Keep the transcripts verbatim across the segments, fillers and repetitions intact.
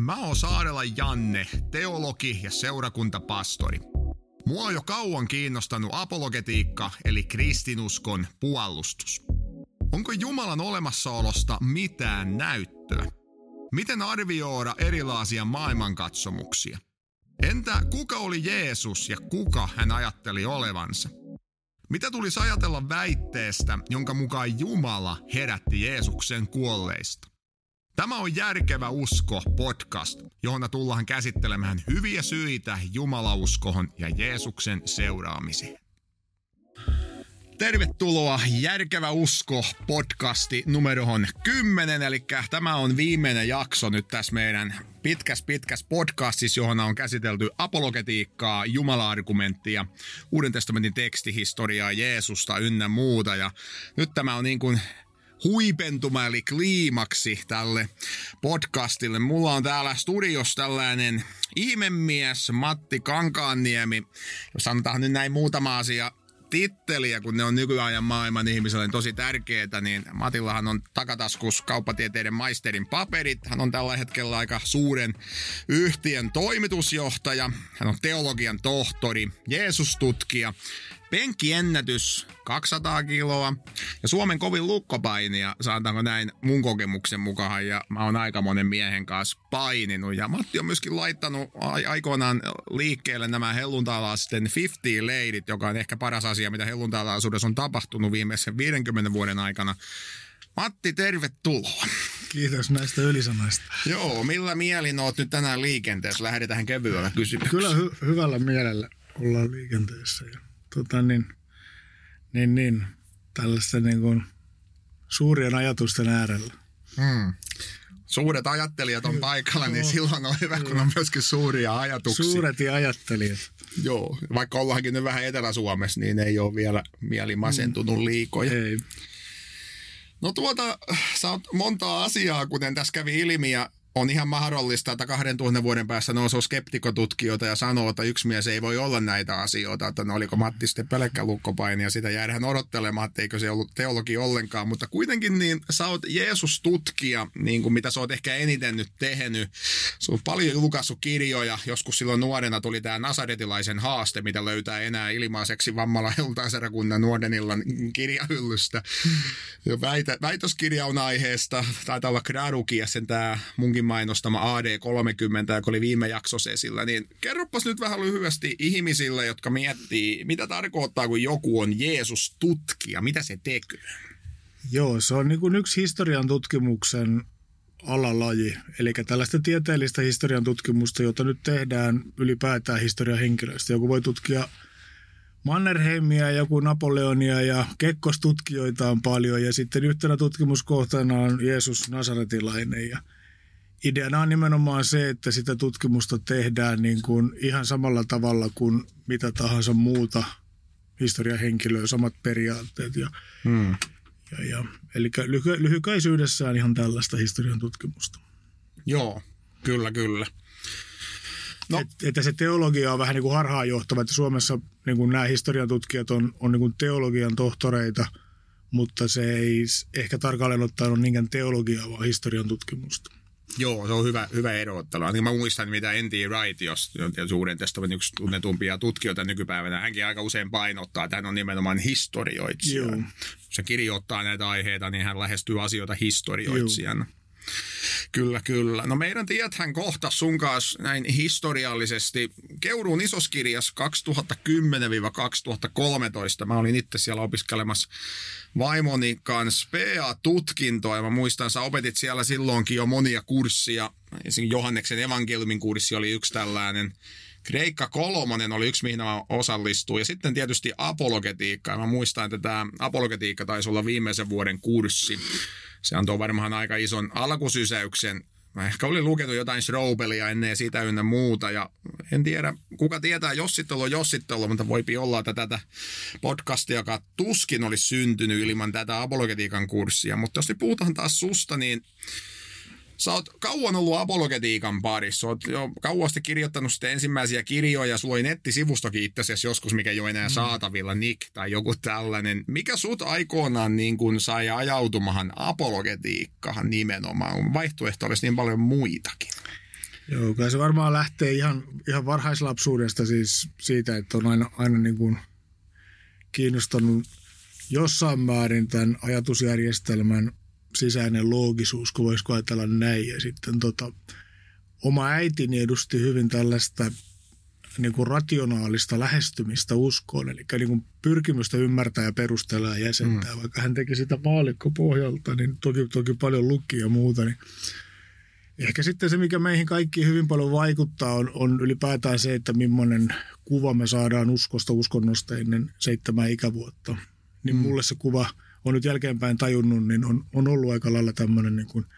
Mä oon Saarelan Janne, teologi ja seurakuntapastori. Mua on jo kauan kiinnostanut apologetiikka eli kristinuskon puolustus. Onko Jumalan olemassaolosta mitään näyttöä? Miten arvioida erilaisia maailmankatsomuksia? Entä kuka oli Jeesus ja kuka hän ajatteli olevansa? Mitä tulisi ajatella väitteestä, jonka mukaan Jumala herätti Jeesuksen kuolleista? Tämä on Järkevä usko podcast, johon tullaan käsittelemään hyviä syitä jumalauskohon ja Jeesuksen seuraamiseen. Tervetuloa Järkevä usko podcasti numerohon kymmenen, eli tämä on viimeinen jakso nyt tässä meidän pitkäs pitkäs podcastissa, johon on käsitelty apologetiikkaa, jumala-argumenttia, Uuden testamentin tekstihistoriaa, Jeesusta ynnä muuta. Ja nyt tämä on niin kuin huipentuma eli kliimaksi tälle podcastille. Mulla on täällä studiossa tällainen ihmemies Matti Kankaanniemi. Jos sanotaan nyt näin muutama asia titteliä, kun ne on nykyajan maailman ihmiselle tosi tärkeitä, niin Matillahan on takataskus kauppatieteiden maisterin paperit. Hän on tällä hetkellä aika suuren yhtiön toimitusjohtaja. Hän on teologian tohtori, Jeesus-tutkija, penkkiennätys kaksisataa kiloa ja Suomen kovin lukkopainija, sanotaanko näin mun kokemuksen mukaan, ja mä oon aika monen miehen kanssa paininut. Ja Matti on myöskin laittanut aikoinaan liikkeelle nämä helluntalaisten viisikymmentä leidit, joka on ehkä paras asia, mitä helluntalaisuudessa on tapahtunut viimeisen viidenkymmenen vuoden aikana. Matti, tervetuloa. Kiitos näistä ylisanoista. Joo, millä mielin oot nyt tänään liikenteessä? Lähdetään kevyellä kysymyksellä. Kyllä hy- hyvällä mielellä ollaan liikenteessä. Ja, tota niin, niin, niin, tällaista niin kuin suurien ajatusten äärellä. Hmm. Suuret ajattelijat on paikalla, niin silloin on hyvä, kun on myöskin suuria ajatuksia. Suuret ja ajattelijat. Joo, vaikka ollaankin nyt vähän Etelä-Suomessa, niin ei ole vielä mieli masentunut liikoja. Ei. No tuota, sä oot montaa asiaa, kuten tässä kävi ilmi, ja on ihan mahdollista, että kahdentuhannen vuoden päässä nousee skeptikotutkijoita ja sanoo, että yksi mies ei voi olla näitä asioita, että no oliko Matti sitten pelkkä lukkopaini ja sitä jäädään odottelemaan, että eikö se ollut teologi ollenkaan, mutta kuitenkin niin sä oot Jeesus-tutkija, niin kuin mitä sä oot ehkä eniten nyt tehnyt. Sä oot paljon julkaissut kirjoja, joskus silloin nuorena tuli tämä Nasaretilaisen haaste, mitä löytää enää ilmaiseksi Vammala helluntaiseurakunnan Nuordenillan kirjahyllystä. Ja väitä, väitöskirja on aiheesta, taitaa olla Graduki ja sen tämä munkin mainostama A D kolmekymmentä, joka oli viime jaksossa esillä, niin kerropas nyt vähän lyhyesti ihmisille, jotka miettii, mitä tarkoittaa, kun joku on Jeesus-tutkija, mitä se tekee? Joo, se on niin kuin yksi historian tutkimuksen alalaji, eli tällaista tieteellistä historian tutkimusta, jota nyt tehdään ylipäätään historian henkilöistä. Joku voi tutkia Mannerheimia, joku Napoleonia ja Kekkos-tutkijoita on paljon, ja sitten yhtenä tutkimuskohtana on Jeesus Nasaretilainen, ja ideana on nimenomaan se, että sitä tutkimusta tehdään niin kuin ihan samalla tavalla kuin mitä tahansa muuta historian henkilöä, samat periaatteet. Ja, hmm. ja, ja, eli lyhy- lyhykäisyydessään ihan tällaista historian tutkimusta. Joo, kyllä, kyllä. No. Et, että se teologia on vähän niin kuin harhaanjohtava, että Suomessa niin kuin nämä historian tutkijat on, on niin kuin teologian tohtoreita, mutta se ei ehkä tarkalleen ottaen ole niinkään teologiaa, vaan historian tutkimusta. Joo, se on hyvä, hyvä erottelu. Niin mä muistan, mitä N T Wright, jos Uuden testamentin yksi tunnetumpia tutkijoita nykypäivänä, hänkin aika usein painottaa, että hän on nimenomaan historioitsija. Joo. Jos se kirjoittaa näitä aiheita, niin hän lähestyy asioita historioitsijana. Joo. Kyllä, kyllä. No meidän tiethän kohta sun kanssa näin historiallisesti Keuruun isoskirjassa kaksituhattakymmenen kaksituhattakolmetoista. Mä olin itse siellä opiskelemassa vaimoni kanssa P A-tutkintoa ja mä muistan, sä opetit siellä silloinkin jo monia kurssia. Esimerkiksi Johanneksen evankeliumin kurssi oli yksi tällainen. Kreikka kolmonen oli yksi, mihin mä osallistuin. Ja sitten tietysti apologetiikka. Ja mä muistan, että tämä apologetiikka taisi olla viimeisen vuoden kurssi. Se antoi varmaan aika ison alkusysäyksen. Mä ehkä olin lukenut jotain Schroubelia ennen sitä ynnä muuta. Ja en tiedä, kuka tietää jossittelu on jossittelu, mutta voipi olla, että tätä podcastia, joka tuskin olisi syntynyt ilman tätä apologetiikan kurssia. Mutta jos puhutaan taas susta, niin sä oot kauan ollut apologetiikan parissa. Oot jo kauasti kirjoittanut sitten ensimmäisiä kirjoja. Sulla oli nettisivustokin itse asiassa joskus, mikä ei ole enää saatavilla, Nick tai joku tällainen. Mikä sut aikoinaan niin kun sai ajautumahan apologetiikkaan nimenomaan? Vaihtoehto olisi niin paljon muitakin. Joo, kyllä se varmaan lähtee ihan, ihan varhaislapsuudesta siis siitä, että on aina, aina niin kuin kiinnostanut jossain määrin tämän ajatusjärjestelmän sisäinen loogisuus, kun voisiko ajatella näin. Ja sitten tota, oma äitini edusti hyvin tällaista niin kuin rationaalista lähestymistä uskoon, eli niin kuin pyrkimystä ymmärtää ja perustella ja jäsentää. Mm. Vaikka hän teki sitä maallikkopohjalta, niin toki, toki paljon luki ja muuta. Niin ehkä sitten se, mikä meihin kaikkiin hyvin paljon vaikuttaa, on, on ylipäätään se, että millainen kuva me saadaan uskosta, uskonnosta ennen seitsemää ikävuotta. Niin mm. mulle se kuva on nyt jälkeenpäin tajunnut, niin on, on ollut aika lailla tämmöinen niin kuin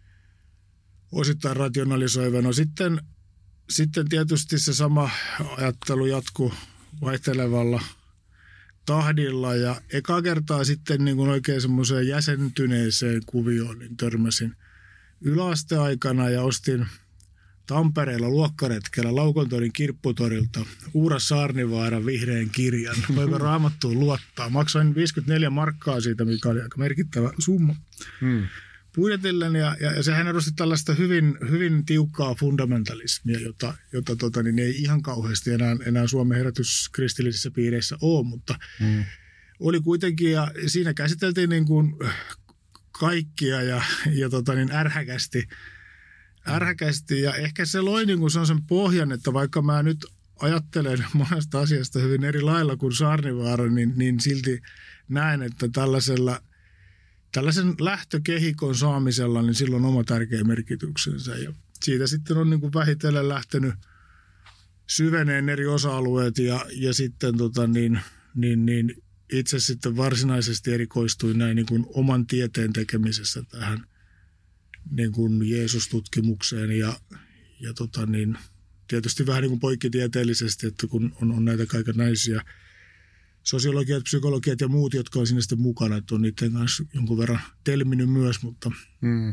osittain rationalisoiva. No sitten, sitten tietysti se sama ajattelu jatkuu vaihtelevalla tahdilla ja eka kertaa sitten niin kuin oikein semmoiseen jäsentyneeseen kuvioon niin törmäsin yläasteaikana ja ostin Tampereella luokkaretkellä Laukontorin kirpputorilta Uura Saarnivaaran vihreän kirjan. Voiko Raamattuun luottaa? Maksoin viisikymmentäneljä markkaa siitä, mikä oli aika merkittävä summa. Hmm. Budjetillen ja, ja, ja sehän edusti tällaista hyvin, hyvin tiukkaa fundamentalismia, jota, jota tota, niin ei ihan kauheasti enää, enää Suomen herätyskristillisissä piireissä ole, mutta hmm. oli kuitenkin ja siinä käsiteltiin niin kuin kaikkia ja, ja tota, niin ärhäkästi. ärhäkästi ja ehkä se loi niin kuin sen pohjan, että vaikka mä nyt ajattelen monesta asiasta hyvin eri lailla kuin Saarnivaara, niin, niin silti näen, että tällaisella, tällaisen lähtökehikon saamisella niin sillä on oma tärkeä merkityksensä ja siitä sitten on niin kuin vähitellen lähtenyt syveneen eri osa-alueet ja, ja sitten tota niin, niin, niin itse sitten varsinaisesti erikoistuin näin niin kuin oman tieteen tekemisessä tähän niin kuin Jeesus-tutkimukseen ja, ja tota niin, tietysti vähän niin kuin poikkitieteellisesti, että kun on, on näitä kaikenlaisia sosiologiat, psykologiat ja muut, jotka on siinä sitten mukana, että on niiden kanssa jonkun verran telminyt myös, mutta mm.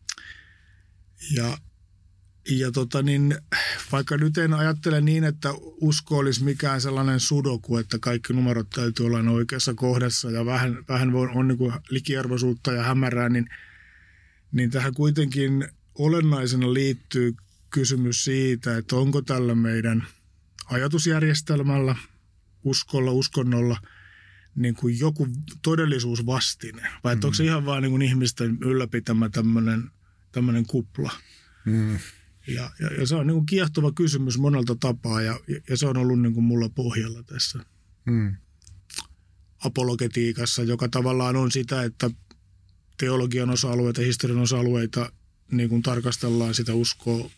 ja, ja tota niin, vaikka nyt en ajattele niin, että usko olisi mikään sellainen sudoku, että kaikki numerot täytyy olla oikeassa kohdassa ja vähän, vähän on niin kuin likiarvoisuutta ja hämärää, niin niin tähän kuitenkin olennaisena liittyy kysymys siitä, että onko tällä meidän ajatusjärjestelmällä, uskolla, uskonnolla niin kuin joku todellisuusvastine. Vai mm. onko se ihan vaan niin kuin ihmisten ylläpitämä tämmöinen, tämmöinen kupla. Mm. Ja, ja, ja se on niin kuin kiehtova kysymys monelta tapaa ja, ja se on ollut niin kuin mulla pohjalla tässä mm. apologetiikassa, joka tavallaan on sitä, että teologian osa-alueita, historian osa-alueita, niin kuin tarkastellaan sitä uskoa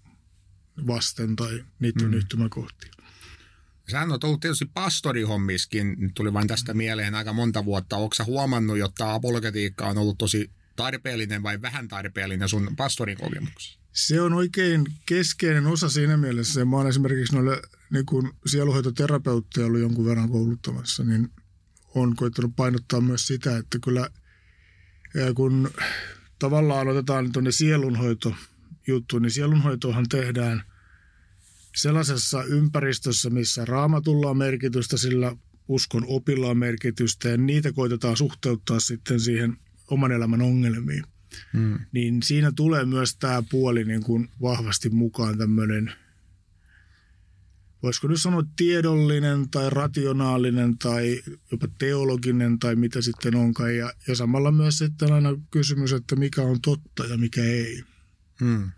vasten tai niiden mm. yhtymäkohtia. Sähän on ollut tietysti pastorihommiskin, nyt tuli vain tästä mieleen aika monta vuotta. Oletko sä huomannut, jotta apologetiikka on ollut tosi tarpeellinen vai vähän tarpeellinen sun pastorin kokemuksessa? Se on oikein keskeinen osa siinä mielessä. Mä oon esimerkiksi noille niin kun sieluhoitoterapeutteja ollut jonkun verran kouluttamassa, niin on koittanut painottaa myös sitä, että kyllä ja kun tavallaan otetaan tuonne sielunhoitojuttuun, niin sielunhoitoahan tehdään sellaisessa ympäristössä, missä Raamatulla on merkitystä, sillä uskon opilla on merkitystä ja niitä koitetaan suhteuttaa sitten siihen oman elämän ongelmiin. Hmm. Niin siinä tulee myös tämä puoli niin kuin vahvasti mukaan tämmöinen, voisiko nyt sanoa tiedollinen tai rationaalinen tai jopa teologinen tai mitä sitten onkaan. Ja, ja samalla myös sitten aina kysymys, että mikä on totta ja mikä ei. Hmm.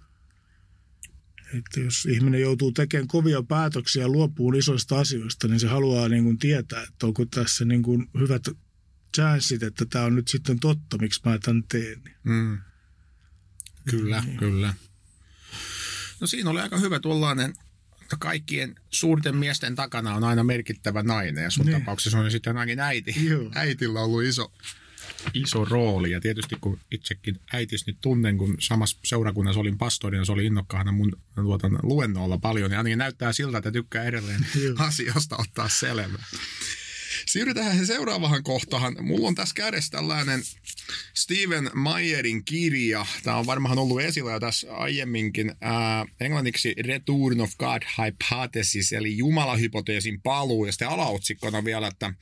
Että jos ihminen joutuu tekemään kovia päätöksiä ja luopuun isoista asioista, niin se haluaa niin kuin tietää, että onko tässä niin kuin hyvät chanssit, että tämä on nyt sitten totta, miksi mä tämän teen. Hmm. Kyllä, niin. Kyllä. No siinä oli aika hyvä tuollainen. Kaikkien suurten miesten takana on aina merkittävä nainen ja sun ne. Tapauksessa on sitten ainakin äiti. Joo. Äitillä on ollut iso, iso rooli ja tietysti kun itsekin äitis nyt tunnen, kun samassa seurakunnassa olin pastorina, se oli innokkaana mun tuotan, luennoilla paljon ja ainakin näyttää siltä, että tykkää edelleen Joo. asioista ottaa selvää. Siirrytään seuraavahan kohtaan. Mulla on tässä kädessä tällainen Stephen Meyerin kirja. Tämä on varmaan ollut esillä jo tässä aiemminkin. Ää, englanniksi Return of God Hypothesis, eli Jumalahypoteesin paluu. Ja sitten alaotsikkona vielä, että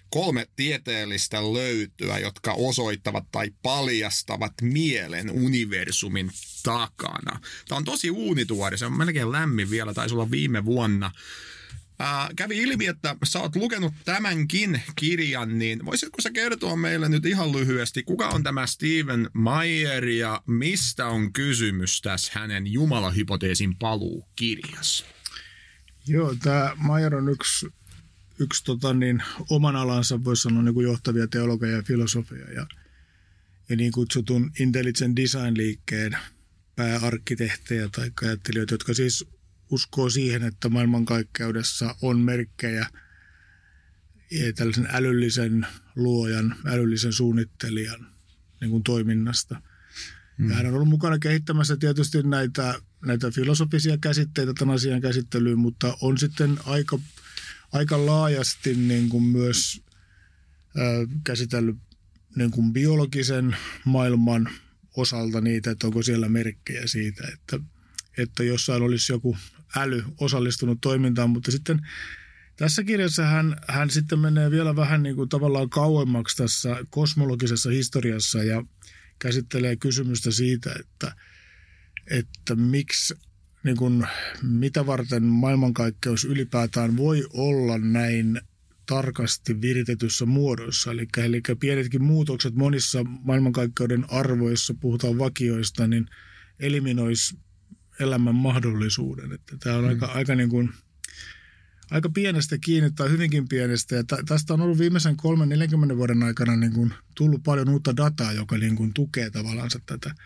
kolme tieteellistä löytyä, jotka osoittavat tai paljastavat mielen universumin takana. Tämä on tosi uunituore, se on melkein lämmin vielä, taisi olla viime vuonna. Ää, kävi ilmi, että sä oot lukenut tämänkin kirjan, niin voisitko sä kertoa meille nyt ihan lyhyesti, kuka on tämä Stephen Meyer ja mistä on kysymys tässä hänen Jumala-hypoteesin paluukirjassa? Joo, tämä Meyer on yksi, yksi tota niin, oman alansa, voisi sanoa niin kuin johtavia teologeja ja filosofia ja, ja niin kutsutun intelligent design-liikkeen pääarkkitehtejä tai ajattelijoita, jotka siis uskoo siihen, että maailmankaikkeudessa on merkkejä tällaisen älyllisen luojan, älyllisen suunnittelijan niin kuin toiminnasta. Mm. Ja hän on ollut mukana kehittämässä tietysti näitä, näitä filosofisia käsitteitä tämän asian käsittelyyn, mutta on sitten aika, aika laajasti niin kuin myös äh, käsitellyt niin kuin biologisen maailman osalta niitä, että onko siellä merkkejä siitä, että, että jossain olisi joku äly osallistunut toimintaan, mutta sitten tässä kirjassa hän, hän sitten menee vielä vähän niin kuin tavallaan kauemmaksi tässä kosmologisessa historiassa ja käsittelee kysymystä siitä, että, että miksi, niin kuin, mitä varten maailmankaikkeus ylipäätään voi olla näin tarkasti viritetyssä muodossa. Eli, eli pienetkin muutokset monissa maailmankaikkeuden arvoissa, puhutaan vakioista, niin eliminoisi elämän mahdollisuuden. Että tämä on mm. aika, aika, niin kuin, aika pienestä kiinni tai hyvinkin pienestä. Ja t- tästä on ollut viimeisen kolmen neljänkymmenen vuoden aikana niin kuin tullut paljon uutta dataa, joka niin kuin tukee tavallaan tätä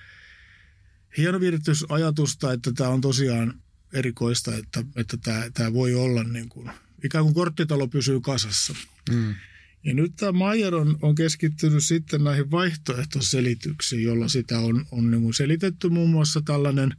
hienoviritysajatusta, että tämä on tosiaan erikoista, että, että tämä, tämä voi olla niin kuin, ikään kuin korttitalo pysyy kasassa. Mm. Ja nyt tämä Meyer on, on keskittynyt sitten näihin vaihtoehtoselityksiin, jolla sitä on, on niin kuin selitetty muun muassa tällainen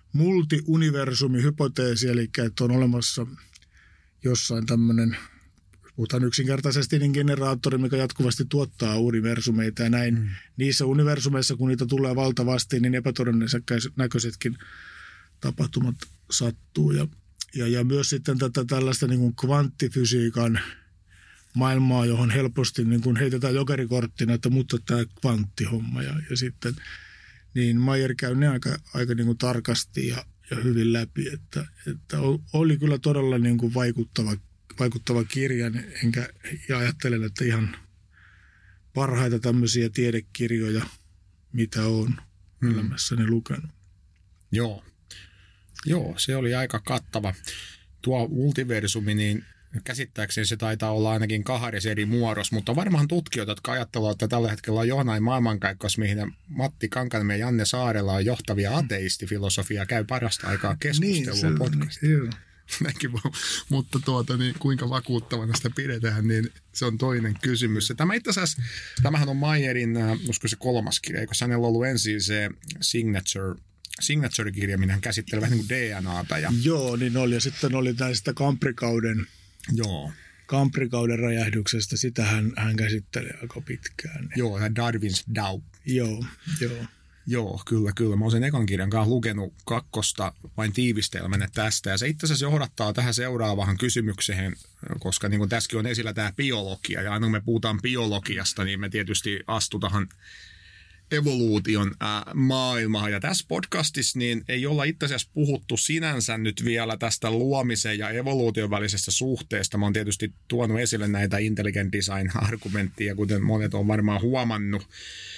multi-universumi-hypoteesi, eli että on olemassa jossain tämmöinen, puhutaan yksinkertaisesti, niin generaattori, mikä jatkuvasti tuottaa universumeita ja näin. Mm. Niissä universumeissa, kun niitä tulee valtavasti, niin epätodennäköisetkin tapahtumat sattuu. Ja, ja, ja myös sitten tätä tällaista niin kuin kvanttifysiikan maailmaa, johon helposti niin kuin heitetään jokerikorttina, että mutta tämä kvanttihomma. Ja, ja sitten niin Meyer käy ne aika, aika niin kuin tarkasti ja, ja hyvin läpi, että, että oli kyllä todella niin kuin vaikuttava, vaikuttava kirja, enkä ja ajattelen, että ihan parhaita tämmöisiä tiedekirjoja, mitä on hmm. elämässäni lukenut. Joo. Joo, se oli aika kattava. Tuo multiversumi, niin käsittääkseni se taitaa olla ainakin kahdessa eri muodossa, mutta varmaan tutkijoita, jotka ajattelevat, että tällä hetkellä on jonain maailmankaikkeus, mihin Matti Kankaanniemen ja Janne Saarela on johtavia ateistifilosofia, käy parasta aikaa keskustelua niin, podcastia. Näinkin, mutta tuota, niin, kuinka vakuuttavana sitä pidetään, niin se on toinen kysymys. Ja tämä itse asiassa, tämähän on Meyerin, usko se kolmas kirja, koska hänellä on ollut ensin se Signature Signature-kirja, minä hän käsittelee vähän niin kuin D N A:ta. Ja joo, niin oli. Ja sitten oli näistä Kamprikauden, joo. Kamprikauden räjähdyksestä. Sitä hän, hän käsittelee aika pitkään. Joo, ja Darwin's Doubt. Joo, joo. Joo, kyllä, kyllä. Mä oon sen ekan kirjan kanssa lukenut kakkosta vain tiivistelmänä tästä. Ja se itse asiassa johdattaa tähän seuraavaan kysymykseen, koska niin kuin tässäkin on esillä tämä biologia. Ja aina kun me puhutaan biologiasta, niin me tietysti astutaan evoluution ää, maailmaa. Ja tässä podcastissa niin ei olla itse asiassa puhuttu sinänsä nyt vielä tästä luomisen ja evoluution välisestä suhteesta. Mä oon tietysti tuonut esille näitä intelligent design-argumentteja, kuten monet on varmaan huomannut.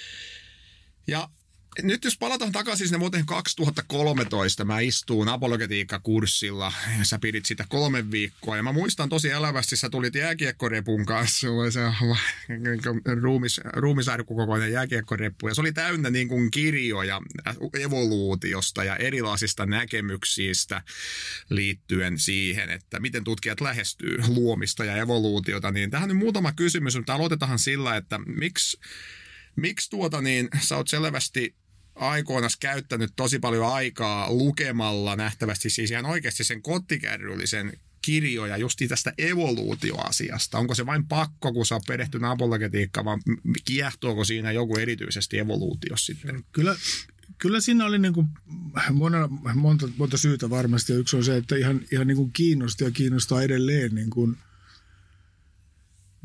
Ja nyt jos palataan takaisin sinne vuoteen kaksituhattakolmetoista, mä istuun apologetiikkakurssilla ja sä pidit sitä kolme viikkoa. Ja mä muistan tosi elävästi, sä tulit jääkiekkorepun kanssa, se ruumis, ruumisarkukokoinen jääkiekkoreppu. Ja se oli täynnä niin kuin kirjoja evoluutiosta ja erilaisista näkemyksistä liittyen siihen, että miten tutkijat lähestyy luomista ja evoluutiota. Niin tähän nyt muutama kysymys, mutta aloitetaan sillä, että miksi, miksi tuota niin, sä oot selvästi aikoinaan käyttänyt tosi paljon aikaa lukemalla nähtävästi siis ihan oikeasti sen kottikärryllisen kirjoja just tästä evoluutioasiasta. Onko se vain pakko, kun sä oot perehtynyt apologetiikkaan, vaan kiehtooko siinä joku erityisesti evoluutiossa sitten? Kyllä, kyllä siinä oli niin kuin monta, monta, monta syytä varmasti. Yksi on se, että ihan, ihan niin kuin kiinnosti ja kiinnostaa edelleen niin kuin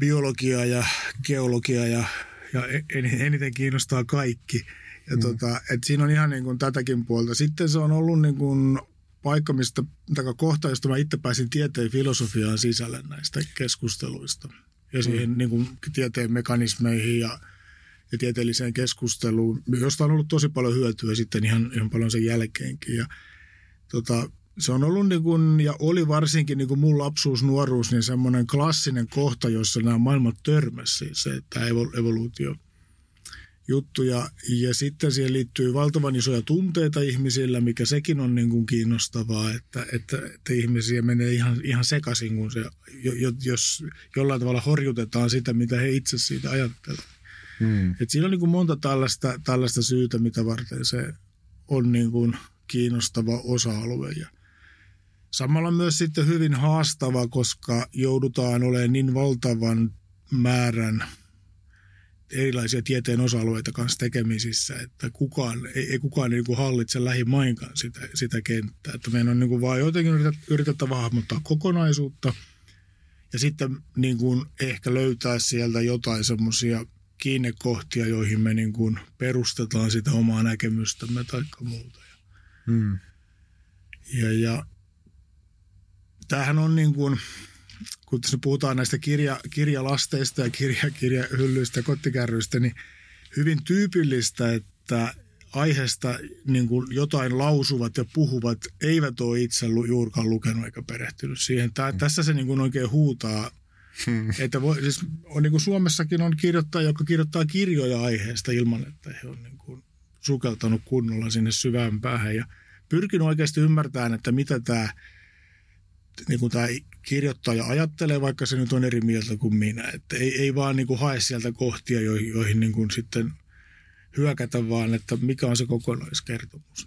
biologia ja geologia ja, ja eniten kiinnostaa kaikki. Ja mm. tota, et siinä on ihan niin kuin tätäkin puolta. Sitten se on ollut niin kuin paikka, mistä, tai kohta, josta mä itse pääsin tieteen filosofiaan sisälle näistä keskusteluista. Ja siihen mm. niin kuin tieteen mekanismeihin ja, ja tieteelliseen keskusteluun, josta on ollut tosi paljon hyötyä sitten ihan, ihan paljon sen jälkeenkin. Ja, tota, se on ollut niin kuin, ja oli varsinkin niin kuin mun lapsuus, nuoruus, niin semmoinen klassinen kohta, jossa nämä maailmat törmäsivät, se tämä evoluutio. Juttuja. Ja sitten siihen liittyy valtavan isoja tunteita ihmisillä, mikä sekin on niin kuin kiinnostavaa, että, että, että ihmisiä menee ihan, ihan sekaisin, kun se, jos jollain tavalla horjutetaan sitä, mitä he itse siitä ajattelevat. Hmm. Että siinä on niin kuin monta tällaista, tällaista syytä, mitä varten se on niin kuin kiinnostava osa-alue. Ja samalla myös sitten hyvin haastava, koska joudutaan olemaan niin valtavan määrän erilaisia tieteen osa-alueita kanssa tekemisissä, että kukaan, ei, ei kukaan niin kuin hallitse lähimainkaan sitä, sitä kenttää. Että meidän on niin kuin vaan jotenkin yritettävä hahmottaa kokonaisuutta ja sitten niin kuin ehkä löytää sieltä jotain semmoisia kiinnekohtia, joihin me niin kuin perustetaan sitä omaa näkemystämme tai muuta. Hmm. Ja, ja tämähän on niin kuin, kun tässä puhutaan näistä kirja, kirjalasteista ja kirja, kirjahyllyistä ja kottikärryistä, niin hyvin tyypillistä, että aiheesta niin kuin jotain lausuvat ja puhuvat eivät ole itse juurikaan lukenut eikä perehtynyt siihen. Tää, tässä se niin kuin oikein huutaa, että voi, siis on, niin kuin Suomessakin on kirjoittaja, joka kirjoittaa kirjoja aiheesta ilman, että he on niin kuin sukeltanut kunnolla sinne syvään päähän ja pyrkinyt oikeasti ymmärtämään, että mitä tämä niin kuin tämä kirjoittaja ajattelee, vaikka se nyt on eri mieltä kuin minä. Että ei, ei vaan niin kuin hae sieltä kohtia, joihin, joihin niin kuin sitten hyökätä, vaan että mikä on se kokonaiskertomus.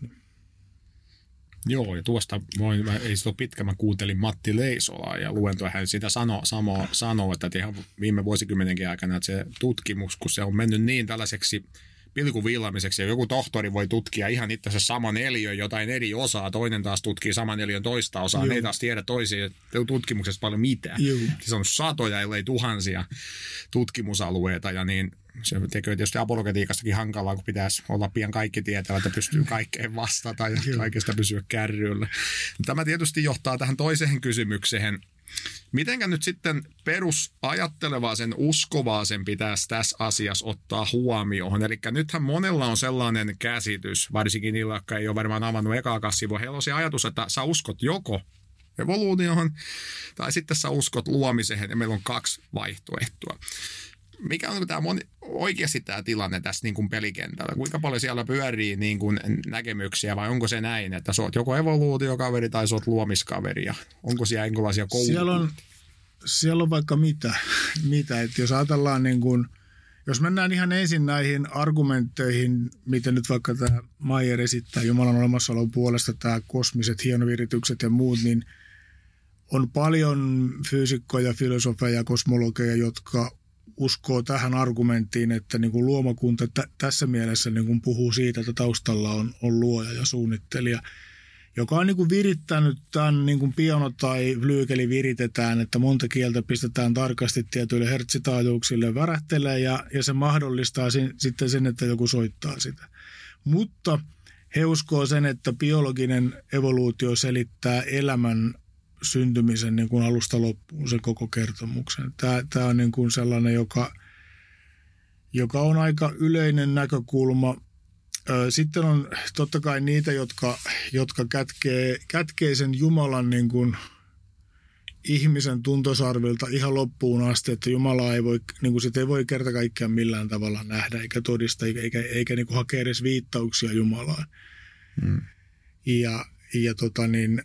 Joo, ja tuosta voin, ei se ole pitkä, mä kuuntelin Matti Leisolaa ja luentoa hän sitä sanoo, samo, sanoo, että ihan viime vuosikymmenenkin aikana, että se tutkimus, kun se on mennyt niin tällaiseksi pilkuviilaamiseksi ja joku tohtori voi tutkia ihan itse asiassa saman eliön jotain eri osaa, toinen taas tutkii saman eliön toista osaa, Joo. ne ei taas tiedä toisia tutkimuksesta paljon mitään. Joo. Se on satoja, ellei tuhansia tutkimusalueita ja niin se tekee tietysti apologetiikastakin hankalaa, kun pitäisi olla pian kaikki tietävät, että pystyy kaikkeen vastata ja Joo. kaikesta pysyä kärryllä. Tämä tietysti johtaa tähän toiseen kysymykseen. Mitenkä nyt sitten perusajattelevaa sen uskovaa sen pitäisi tässä asiassa ottaa huomioon? Eli nythän monella on sellainen käsitys, varsinkin niillä, jotka ei ole varmaan avannut ekaa sivua. Heillä on se ajatus, että sä uskot joko evoluutioon tai sitten sä uskot luomiseen ja meillä on kaksi vaihtoehtoa. Mikä on tämä moni, oikeasti tämä tilanne tässä niin kuin pelikentällä? Kuinka paljon siellä pyörii niin kuin näkemyksiä vai onko se näin, että sä oot joko evoluutiokaveri tai sä oot luomiskaveri? Ja onko siellä jonkinlaisia kouluja? Siellä on, siellä on vaikka mitä. mitä. Että jos ajatellaan, niin kuin, jos mennään ihan ensin näihin argumentteihin, miten nyt vaikka tämä Maier esittää Jumalan olemassaolon puolesta, tämä kosmiset hienoviritykset ja muut, niin on paljon fyysikkoja, filosofeja ja kosmologeja, jotka uskoo tähän argumenttiin, että niin kuin luomakunta t- tässä mielessä niin kuin puhuu siitä, että taustalla on, on luoja ja suunnittelija, joka on niin kuin virittänyt tämän, niin kuin piano tai flyykeli viritetään, että monta kieltä pistetään tarkasti tietyille hertsitaajuuksille värähtelee ja, ja se mahdollistaa sin, sitten sen, että joku soittaa sitä. Mutta he uskoo sen, että biologinen evoluutio selittää elämän syntymisen niin kuin alusta loppuun sen koko kertomuksen. Tämä, tämä on niin kuin sellainen, joka, joka on aika yleinen näkökulma. Sitten on totta kai niitä, jotka, jotka kätkee, kätkee sen Jumalan niin kuin ihmisen tuntosarvilta ihan loppuun asti, että Jumala ei voi, niin kuin sitä ei voi kerta kaikkiaan millään tavalla nähdä eikä todista, eikä, eikä, eikä niin kuin hakea edes viittauksia Jumalaan. Hmm. Ja, ja tota niin,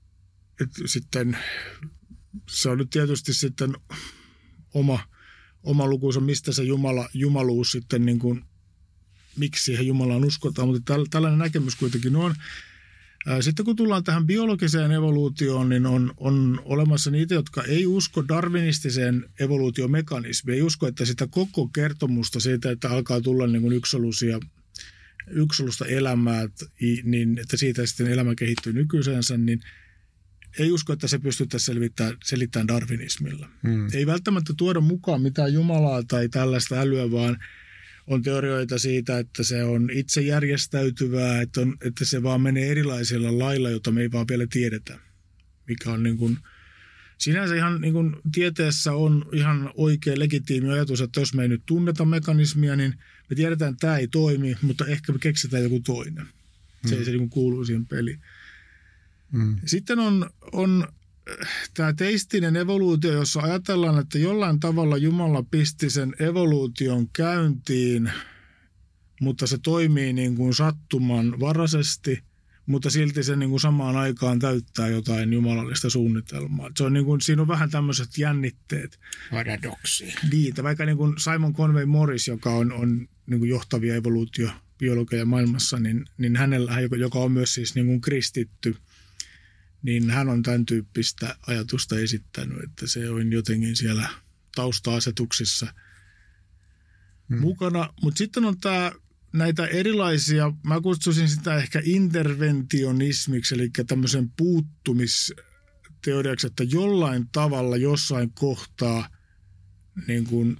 sitten se on nyt tietysti sitten oma, oma lukuunsa, mistä se Jumala, jumaluus sitten niin kuin, miksi siihen Jumalaan uskotaan, mutta tällainen näkemys kuitenkin on. Sitten kun tullaan tähän biologiseen evoluutioon, niin on, on olemassa niitä, jotka ei usko darwinistiseen evoluutiomekanismiin, ei usko, että sitä koko kertomusta siitä, että alkaa tulla niin kuin yksilöllisiä yksilöllistä elämää, niin että siitä sitten elämä kehittyy nykyisensä, niin ei usko, että se pystyttäisiin selvittämään, selittämään darwinismilla. Hmm. Ei välttämättä tuoda mukaan mitään jumalaa tai tällaista älyä, vaan on teorioita siitä, että se on itse järjestäytyvää, että, on, että se vaan menee erilaisilla lailla, jota me ei vaan vielä tiedetä. Mikä on niin kuin, sinänsä ihan niin kuin tieteessä on ihan oikea legitiimi ajatus, että jos me ei nyt tunneta mekanismia, niin me tiedetään, että tämä ei toimi, mutta ehkä me keksitään joku toinen. Se, hmm. se niin kuin kuuluu siihen peliin. Hmm. Sitten on, on tämä teistinen evoluutio, jossa ajatellaan, että jollain tavalla Jumala pisti sen evoluution käyntiin, mutta se toimii niin kuin sattumanvaraisesti, mutta silti se niin kuin samaan aikaan täyttää jotain jumalallista suunnitelmaa. Se on niin kuin, siinä on vähän tämmöiset jännitteet. Paradoksi. Niitä, vaikka niin kuin Simon Conway Morris, joka on, on niin kuin johtavia evoluutiobiologeja maailmassa, niin, niin hänellä, joka on myös siis niin kuin kristitty, niin hän on tämän tyyppistä ajatusta esittänyt, että se on jotenkin siellä tausta-asetuksissa hmm. mukana. Mutta sitten on tämä, näitä erilaisia, mä kutsuisin sitä ehkä interventionismiksi, eli tämmöisen puuttumisteoriaksi, että jollain tavalla jossain kohtaa niin kuin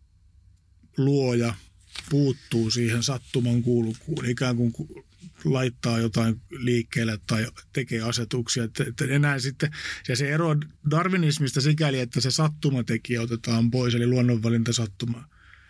luoja puuttuu siihen sattuman kulkuun, ikään kuin laittaa jotain liikkeelle tai tekee asetuksia. Että, että enää sitten, ja se ero darwinismista sikäli, että se sattumatekijä otetaan pois, eli luonnonvalinta sattuma.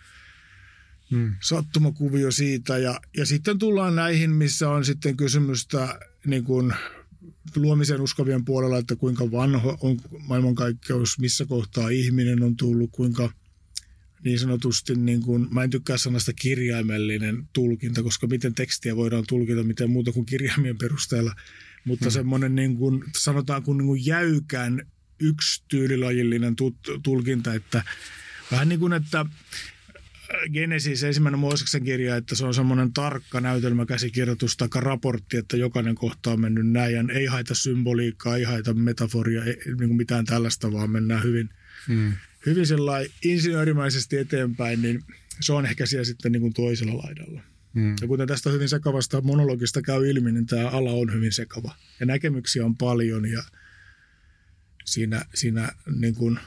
Hmm. Sattumakuvio siitä. Ja, ja sitten tullaan näihin, missä on sitten kysymystä niin kuin luomisen uskovien puolella, että kuinka vanha on maailmankaikkeus, missä kohtaa ihminen on tullut, kuinka niin sanotusti, niin kuin, mä en tykkää sanasta kirjaimellinen tulkinta, koska miten tekstiä voidaan tulkita, miten muuta kuin kirjaimien perusteella, mutta hmm. semmoinen niin kuin, sanotaan kuin, niin kuin jäykän yksityylilajillinen tulkinta, että vähän niin kuin, että Genesis, ensimmäinen Mooseksen kirja, että se on semmoinen tarkka näytelmäkäsikirjoitus tai raportti, että jokainen kohta on mennyt näin, ja ei haita symboliikkaa, ei haita metaforia, ei, niin kuin mitään tällaista, vaan mennään hyvin, hmm. hyvin sellainen insinöörimäisesti eteenpäin, niin se on ehkä siellä sitten niin kuin toisella laidalla. Hmm. Ja kuten tästä hyvin sekavasta monologista käy ilmi, niin tämä ala on hyvin sekava. Ja näkemyksiä on paljon, ja siinä, siinä niin kuin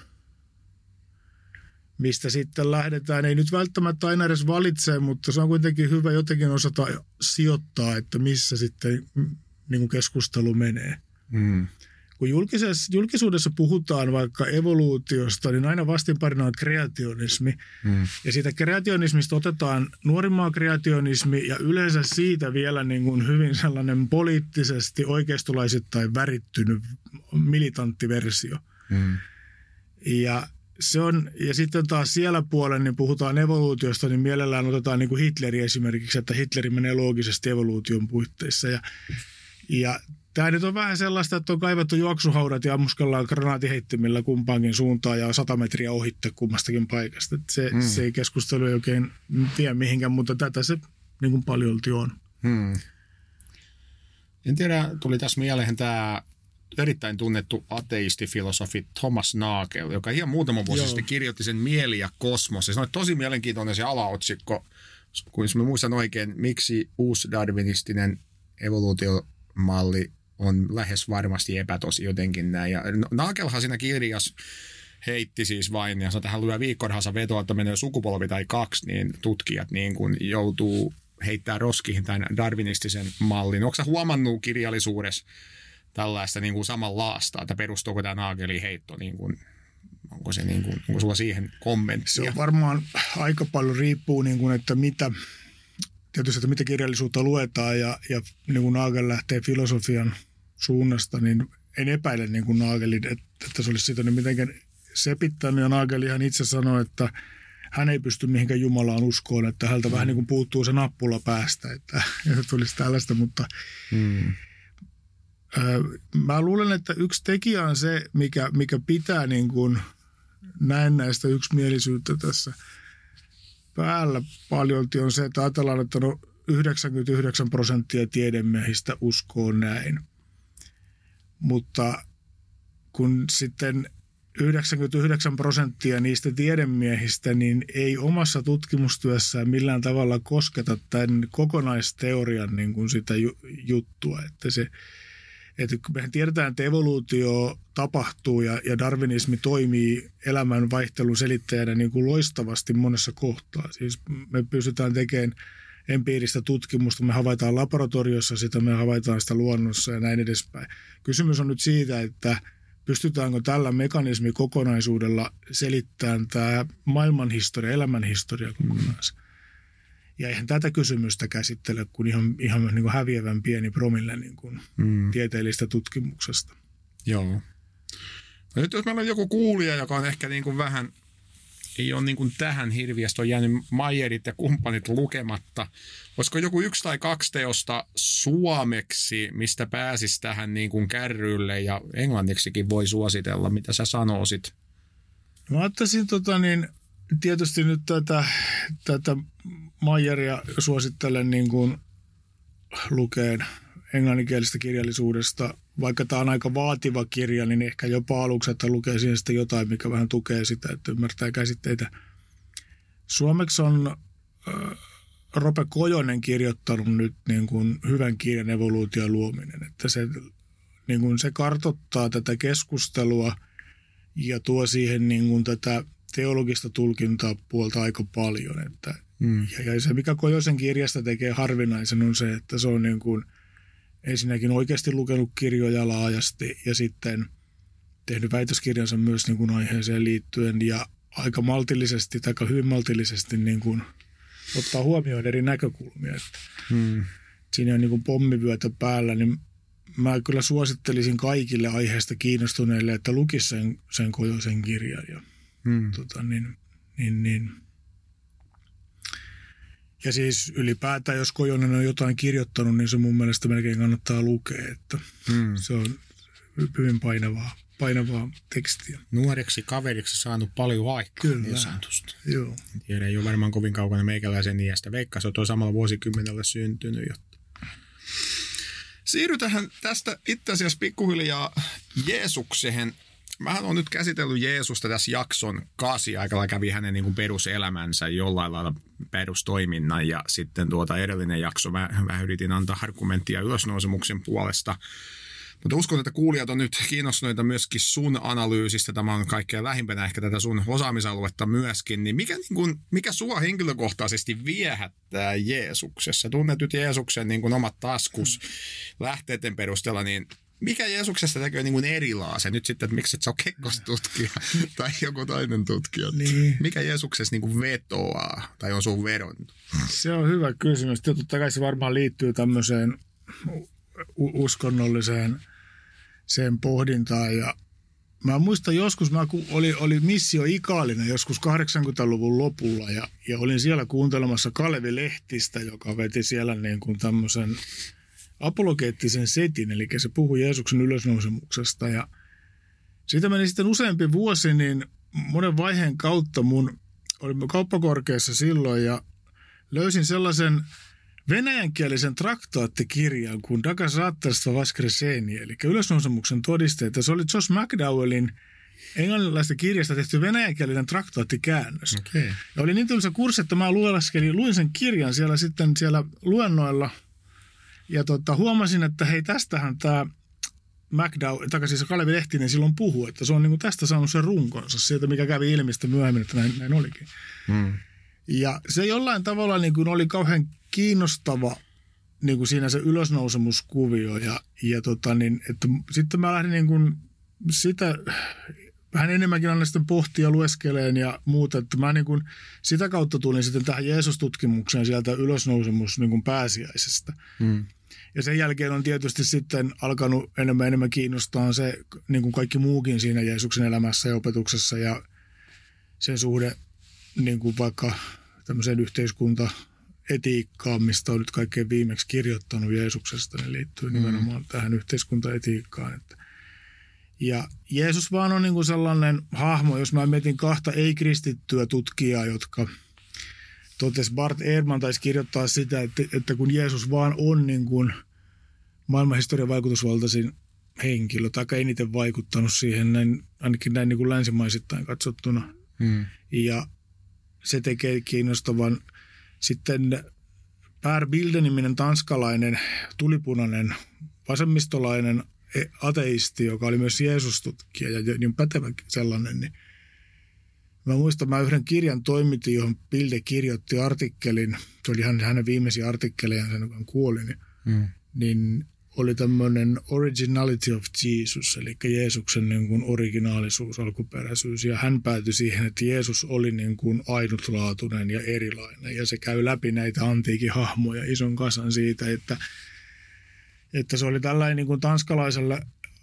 mistä sitten lähdetään, ei nyt välttämättä aina edes valitse, mutta se on kuitenkin hyvä jotenkin osata sijoittaa, että missä sitten niin kuin keskustelu menee. Mm. Kun julkisuudessa puhutaan vaikka evoluutiosta, niin aina vastinparina on kreationismi. Mm. Ja siitä kreationismista otetaan nuorimmaa kreationismi ja yleensä siitä vielä niin kuin hyvin sellainen poliittisesti oikeistolaisittain värittynyt militantti versio. Mm. Ja Se on, ja sitten taas siellä puolella, niin puhutaan evoluutiosta, niin mielellään otetaan niin kuin Hitleri esimerkiksi, että Hitleri menee loogisesti evoluution puitteissa. Ja, ja tämä nyt on vähän sellaista, että on kaivettu juoksuhaudat ja ammuskellaan granaatiheittimillä kumpaankin suuntaan ja sata metriä ohitte kummastakin paikasta. Että se, hmm. se ei keskustelu ei oikein tiedä mihinkään, mutta tätä se niin kuin paljolti on. Hmm. En tiedä, tuli tässä mieleen tämä erittäin tunnettu ateistifilosofi Thomas Nagel, joka ihan muutama vuosi sitten kirjoitti sen Mieli ja kosmos. Ja se on tosi mielenkiintoinen se alaotsikko, kun jos mä muistan oikein, miksi uusi darwinistinen evoluutiomalli on lähes varmasti epätosi jotenkin näin. Ja Nagelhan siinä kirjassa heitti siis vain, ja tähän lyö viikkorahassa vetoa, että menee sukupolvi tai kaksi, niin tutkijat niin kun joutuu heittää roskiin tämän darwinistisen mallin. Onko sä huomannut kirjallisuudessa tällaista niin kuin samanlaasta, että perustuuko tämä Nagelin heitto, niin kuin, onko, se niin kuin, onko sulla siihen kommenttia? Se on varmaan aika paljon riippuu, niin kuin, että mitä, tietysti, että mitä kirjallisuutta luetaan ja, ja niin kuin Nagel lähtee filosofian suunnasta, niin en epäile niin kuin Nagelin, että, että se olisi sitä niin mitenkään sepittänyt. Ja Nagelihan itse sanoi, että hän ei pysty mihinkään Jumalaan uskoon, että häneltä mm. vähän niin kuin puuttuu se nappula päästä, että, että tulisi tällaista, mutta mm. Mä luulen, että yksi tekijä on se, mikä, mikä pitää niin kuin näennäistä yksimielisyyttä tässä päällä paljolti on se, että ajatellaan, että no yhdeksänkymmentäyhdeksän prosenttia tiedemiehistä uskoo näin. Mutta kun sitten yhdeksänkymmentäyhdeksän prosenttia niistä tiedemiehistä niin ei omassa tutkimustyössään millään tavalla kosketa tämän kokonaisteorian niin kuin sitä juttua, että se Että mehän tiedetään, että evoluutio tapahtuu ja, ja darwinismi toimii elämän vaihtelun selittäjänä niin kuin loistavasti monessa kohtaa. Siis me pystytään tekemään empiiristä tutkimusta, me havaitaan laboratoriossa sitä, me havaitaan sitä luonnossa ja näin edespäin. Kysymys on nyt siitä, että pystytäänkö tällä mekanismikokonaisuudella selittämään tämä maailmanhistoria, elämänhistoria kokonaisuus. Mm. Ja eihän tätä kysymystä käsittele kuin ihan, ihan niin kuin häviävän pieni promille niin kuin mm. tieteellistä tutkimuksesta. Joo. No nyt jos meillä on joku kuulija, joka on ehkä niin kuin vähän, ei ole niin kuin tähän hirviästi, on jäänyt Meyerit ja kumppanit lukematta. Olisiko joku yksi tai kaksi teosta suomeksi, mistä pääsisi tähän niin kuin kärrylle ja englanniksikin voi suositella, mitä sä sanoisit? Mä ottaisin tota niin, tietysti nyt tätä, tätä Meyeria suosittelen niin kuin lukeen englanninkielisestä kirjallisuudesta. Vaikka tämä on aika vaativa kirja, niin ehkä jopa aluksi, että lukee siihen sitten jotain, mikä vähän tukee sitä, että ymmärtää käsitteitä. Suomeksi on äh, Rope Kojonen kirjoittanut nyt niin kuin hyvän kirjan evoluution luominen. Että se, niin kuin se kartoittaa tätä keskustelua ja tuo siihen niin kuin tätä teologista tulkintaa puolta aika paljon. Että, mm. ja, ja se, mikä Kojosen kirjasta tekee harvinaisen, on se, että se on niin kuin ensinnäkin oikeasti lukenut kirjoja laajasti ja sitten tehnyt väitöskirjansa myös niin kuin aiheeseen liittyen ja aika maltillisesti tai hyvin maltillisesti niin kuin ottaa huomioon eri näkökulmia. Että hmm. Siinä on niin kuin pommivyötä päällä, niin mä kyllä suosittelisin kaikille aiheesta kiinnostuneille, että lukisi sen, sen Kojosen kirjan. Ja, hmm. tota, niin, niin, niin. Ja siis ylipäätään, jos Kojonen on jotain kirjoittanut, niin se mun mielestä melkein kannattaa lukea, että hmm. se on hyvin painavaa, painavaa tekstiä. Nuoreksi kaveriksi saanut paljon aikaa. Kyllä, niin joo. Tiedä, ei ole varmaan kovin kaukana meikäläisen iästä. Veikka, se on tuo samalla vuosikymmenellä syntynyt. Jotta. Siirrytään tästä itse asiassa pikkuhiljaa Jeesukseen. Mähän olen nyt käsitellyt Jeesusta tässä jakson kasi. Aikalla kävi hänen niin kuin peruselämänsä jollain lailla perustoiminnan ja sitten tuota edellinen jakso mä, mä yritin antaa argumenttia ylösnousemuksen puolesta. Mutta uskon, että kuulijat on nyt kiinnostuneita myöskin sun analyysistä. Tämä on kaikkein lähimpänä ehkä tätä sun osaamisaluetta myöskin. Niin mikä, niin kuin, mikä sua henkilökohtaisesti viehättää Jeesuksessa? Tunnet nyt Jeesuksen niin kuin omat taskus lähteiden perusteella, niin mikä Jeesuksesta tekee niin kuin erilaisen? Nyt sitten, että miksi et sä ole kekkostutkija tai joku toinen tutkija? Niin. Mikä Jeesuksessa niin kuin vetoaa tai on sun vedonnut? Se on hyvä kysymys. Totta kai se varmaan liittyy tämmöiseen uskonnolliseen sen pohdintaan. Ja mä muistan joskus, mä oli, oli Missio Ikaalinen joskus kahdeksankymmentäluvun lopulla ja, ja olin siellä kuuntelemassa Kalevi Lehtistä, joka veti siellä niin kuin tämmöisen apologeettisen setin, eli se puhui Jeesuksen ylösnousemuksesta. Ja siitä meni sitten useampi vuosi, niin monen vaiheen kautta mun olimme kauppakorkeassa silloin ja löysin sellaisen venäjänkielisen traktaattikirjan kuin Daga Saattarstva Vaskreseni, eli ylösnousemuksen todisteet. Se oli Josh McDowellin englannilaisesta kirjasta tehty venäjänkielinen traktaattikäännös. Okay. Ja oli niin tylsä kurssi, että mä lueskelin, luin sen kirjan siellä sitten siellä luennoilla. Ja tota, huomasin, että hei, tästähän tämä McDowell, takaisin se Kalevi Lehtinen silloin puhui, että se on niin kuin tästä saanut sen runkonsa, sieltä mikä kävi ilmi sitten myöhemmin, että näin, näin olikin. Hmm. Ja se jollain tavalla niin kuin oli kauhean kiinnostava niin kuin siinä se ylösnousemuskuvio. Ja, ja tota, niin, että sitten mä lähdin niin kuin sitä vähän enemmänkin aina sitten pohtia lueskeleen ja muuta, että mä niin kuin sitä kautta tulin sitten tähän Jeesus-tutkimukseen sieltä ylösnousemus niin kuin pääsiäisestä. Hmm. Ja sen jälkeen on tietysti sitten alkanut enemmän enemmän kiinnostaa se niin kuin kaikki muukin siinä Jeesuksen elämässä ja opetuksessa ja sen suhde niin kuin vaikka tämmöiseen yhteiskuntaetiikkaan, mistä on nyt kaikkein viimeksi kirjoittanut Jeesuksesta, niin liittyy nimenomaan mm. tähän yhteiskuntaetiikkaan. Että. Ja Jeesus vaan on niin kuin sellainen hahmo, jos mä mietin kahta ei-kristittyä tutkijaa, jotka totesi, Bart Ehrman taisi kirjoittaa sitä, että, että kun Jeesus vaan on niin kuin maailmanhistorian vaikutusvaltaisin henkilö, tai eniten vaikuttanut siihen, näin, ainakin näin niin kuin länsimaisittain katsottuna. Mm. Ja se tekee kiinnostavan. Sitten Per Bilde-niminen tanskalainen, tulipunainen, vasemmistolainen ateisti, joka oli myös Jeesustutkija ja niin pätevä sellainen, niin mä muistan, mä yhden kirjan toimitin, johon Pilde kirjoitti artikkelin, se oli hänen viimeisiä artikkeleja, kun hän kuoli, niin, mm. niin oli tämmöinen originality of Jesus, eli Jeesuksen niin kuin originaalisuus, alkuperäisyys, ja hän päätyi siihen, että Jeesus oli niin kuin ainutlaatuinen ja erilainen, ja se käy läpi näitä antiikin hahmoja ison kasan siitä, että, että se oli tällainen niin kuin tanskalaiselle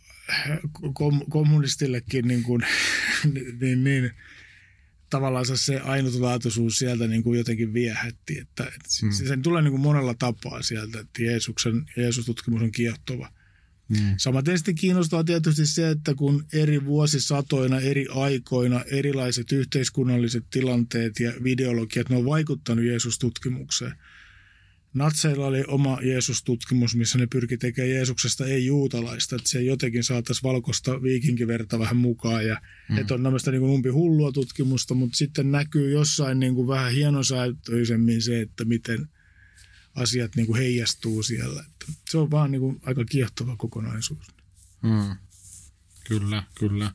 kom- kommunistillekin niin kuin, niin, niin, tavallaan se ainutlaatuisuus sieltä niin kuin jotenkin viehätti, että, että hmm. sen tulee niin kuin monella tapaa sieltä, että Jeesuksen, Jeesustutkimus on kiehtova. Hmm. Samaten sitten kiinnostaa tietysti se, että kun eri vuosisatoina, eri aikoina, erilaiset yhteiskunnalliset tilanteet ja ideologiat, ne on vaikuttanut Jeesustutkimukseen. Natseilla oli oma Jeesustutkimus, missä ne pyrki tekemään Jeesuksesta ei-juutalaista, että se jotenkin saataisiin valkoista viikinkiverta vähän mukaan. Ja mm. että on tämmöistä niin kuin umpihullua tutkimusta, mutta sitten näkyy jossain niin kuin vähän hienosäätöisemmin se, että miten asiat niin kuin heijastuu siellä. Että se on vaan niin kuin aika kiehtova kokonaisuus. Mm. Kyllä, kyllä.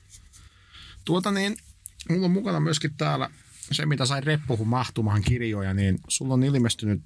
Tuota niin, mulla on mukana myöskin täällä se, mitä sai reppuhun mahtumaan kirjoja, niin sulla on ilmestynyt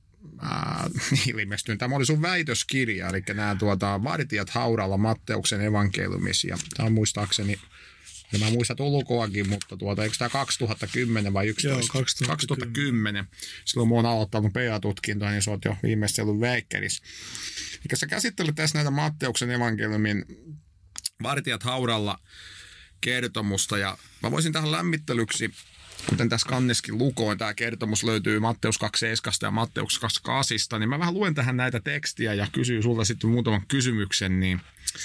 Äh, ilmestynyt. Tämä oli sun väitöskirja, eli nämä tuota, vartijat haudalla Matteuksen evankeliumissa. Ja tämä on muistaakseni, ja mä muistan ulkoakin, mutta tuota, eikö tämä kaksituhattakymmenen vai yksitoista? Joo, kaksituhattakymmenen. kaksituhattakymmenen. Silloin mä oon aloittanut P A-tutkintoa, niin sä oot jo viimeistellyt väikkelissä. Eli sä käsittelet tässä näitä Matteuksen evankeliumin vartijat haudalla kertomusta, ja mä voisin tähän lämmittelyksi, kuten tässä kanneskin lukoin, tämä kertomus löytyy Matteus kaksikymmentäseitsemän ja Matteus kaksikymmentäkahdeksan, niin mä vähän luen tähän näitä tekstiä ja kysyn sulta sitten muutaman kysymyksen. Niin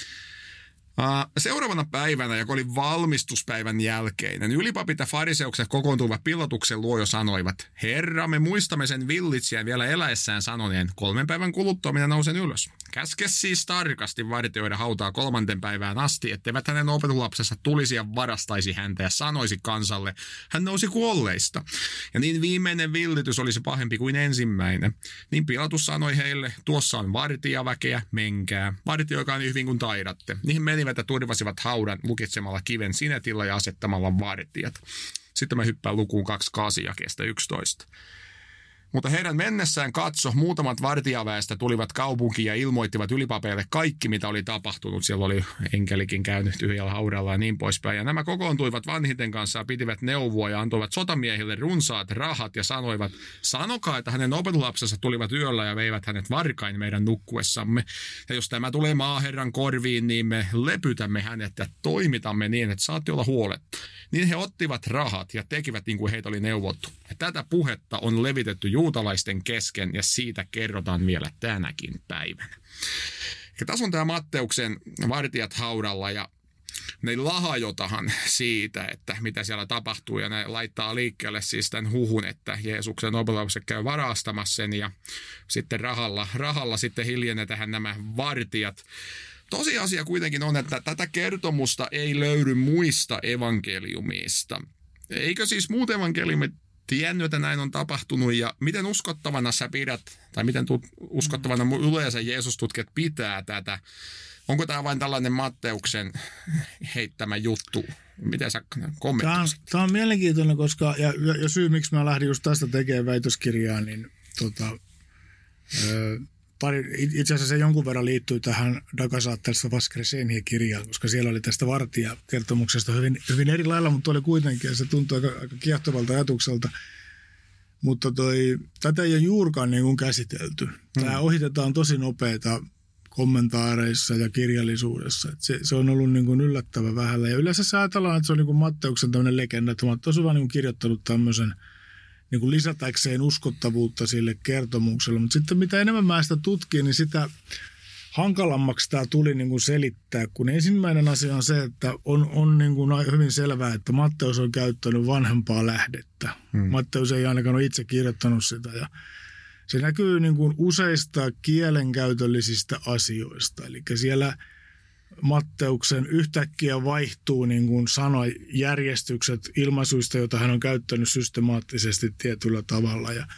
seuraavana päivänä, joka oli valmistuspäivän jälkeinen, ylipapit ja fariseukset kokoontuivat Pilatuksen luo ja sanoivat, Herra, me muistamme sen villitsijän vielä eläessään sanoneen, kolmen päivän kuluttua minä nousen ylös. Käske siis tarkasti vartioida hautaa kolmanten päivään asti, etteivät hänen opetuslapsensa tulisi ja varastaisi häntä ja sanoisi kansalle, hän nousi kuolleista. Ja niin viimeinen villitys olisi pahempi kuin ensimmäinen. Niin Pilatus sanoi heille, tuossa on vartijaväkeä, menkää. Vartioikaa niin hyvin kuin taidatte. Niihin menivät ja turvasivat haudan lukitsemalla kiven sinetillä ja asettamalla vartijat. Sitten mä hyppään lukuun kaksikymmentäkahdeksan jakeesta yksitoista. Mutta heidän mennessään katso, muutamat vartijaväestä tulivat kaupunkiin ja ilmoittivat ylipapeille kaikki, mitä oli tapahtunut. Siellä oli enkelikin käynyt tyhjällä haudalla ja niin poispäin. Ja nämä kokoontuivat vanhiten kanssa ja pitivät neuvoa ja antoivat sotamiehille runsaat rahat ja sanoivat, sanokaa, että hänen opetuslapsensa tulivat yöllä ja veivät hänet varkain meidän nukkuessamme. Ja jos tämä tulee maaherran korviin, niin me lepytämme hänet ja toimitamme niin, että saatte olla huoletta. Niin he ottivat rahat ja tekivät niin kuin heitä oli neuvottu. Ja tätä puhetta on levitetty juutalaisten kesken ja siitä kerrotaan vielä tänäkin päivänä. Ja tässä on tämä Matteuksen vartijat haudalla ja ne lahajotahan siitä, että mitä siellä tapahtuu ja ne laittaa liikkeelle siis tämän huhun, että Jeesuksen opetuslapset käy varastamassa sen ja sitten rahalla, rahalla sitten hiljennetään nämä vartijat. Tosiasia kuitenkin on, että tätä kertomusta ei löydy muista evankeliumista. Eikö siis muut evankeliumit tiennyt, että näin on tapahtunut ja miten uskottavana sä pidät, tai miten tu- uskottavana yleensä Jeesus-tutkijat pitää tätä? Onko tämä vain tällainen Matteuksen heittämä juttu? Miten sä kommentoisit? Tämä on mielenkiintoinen, koska, ja, ja syy miksi mä lähdin just tästä tekemään väitöskirjaa, niin tota, ö, pari, itse asiassa se jonkun verran liittyy tähän Dagasaattelista Vaskresenia-kirjaan, koska siellä oli tästä vartijakertomuksesta hyvin, hyvin eri lailla, mutta oli kuitenkin, ja se tuntui aika, aika kiehtovalta ajatukselta. Mutta toi, tätä ei ole juurikaan niin kuin käsitelty. Tämä hmm. ohitetaan tosi nopeita kommentaareissa ja kirjallisuudessa. Se, se on ollut niin kuin yllättävän vähällä. Ja yleensä ajatellaan, että se on niin kuin Matteuksen tämmöinen legenda, että Matteus on vaan niin kuin kirjoittanut tämmöisen niin kuin lisätäkseen uskottavuutta sille kertomukselle. Mutta sitten mitä enemmän mä sitä tutkin, niin sitä hankalammaksi tämä tuli niin kuin selittää. Kun ensimmäinen asia on se, että on, on niin kuin hyvin selvää, että Matteus on käyttänyt vanhempaa lähdettä. Hmm. Matteus ei ainakaan ole itse kirjoittanut sitä ja se näkyy niin kuin useista kielenkäytöllisistä asioista. Eli siellä Matteuksen yhtäkkiä vaihtuu niin kuin sanajärjestykset ilmaisuista, joita hän on käyttänyt systemaattisesti tietyllä tavalla ja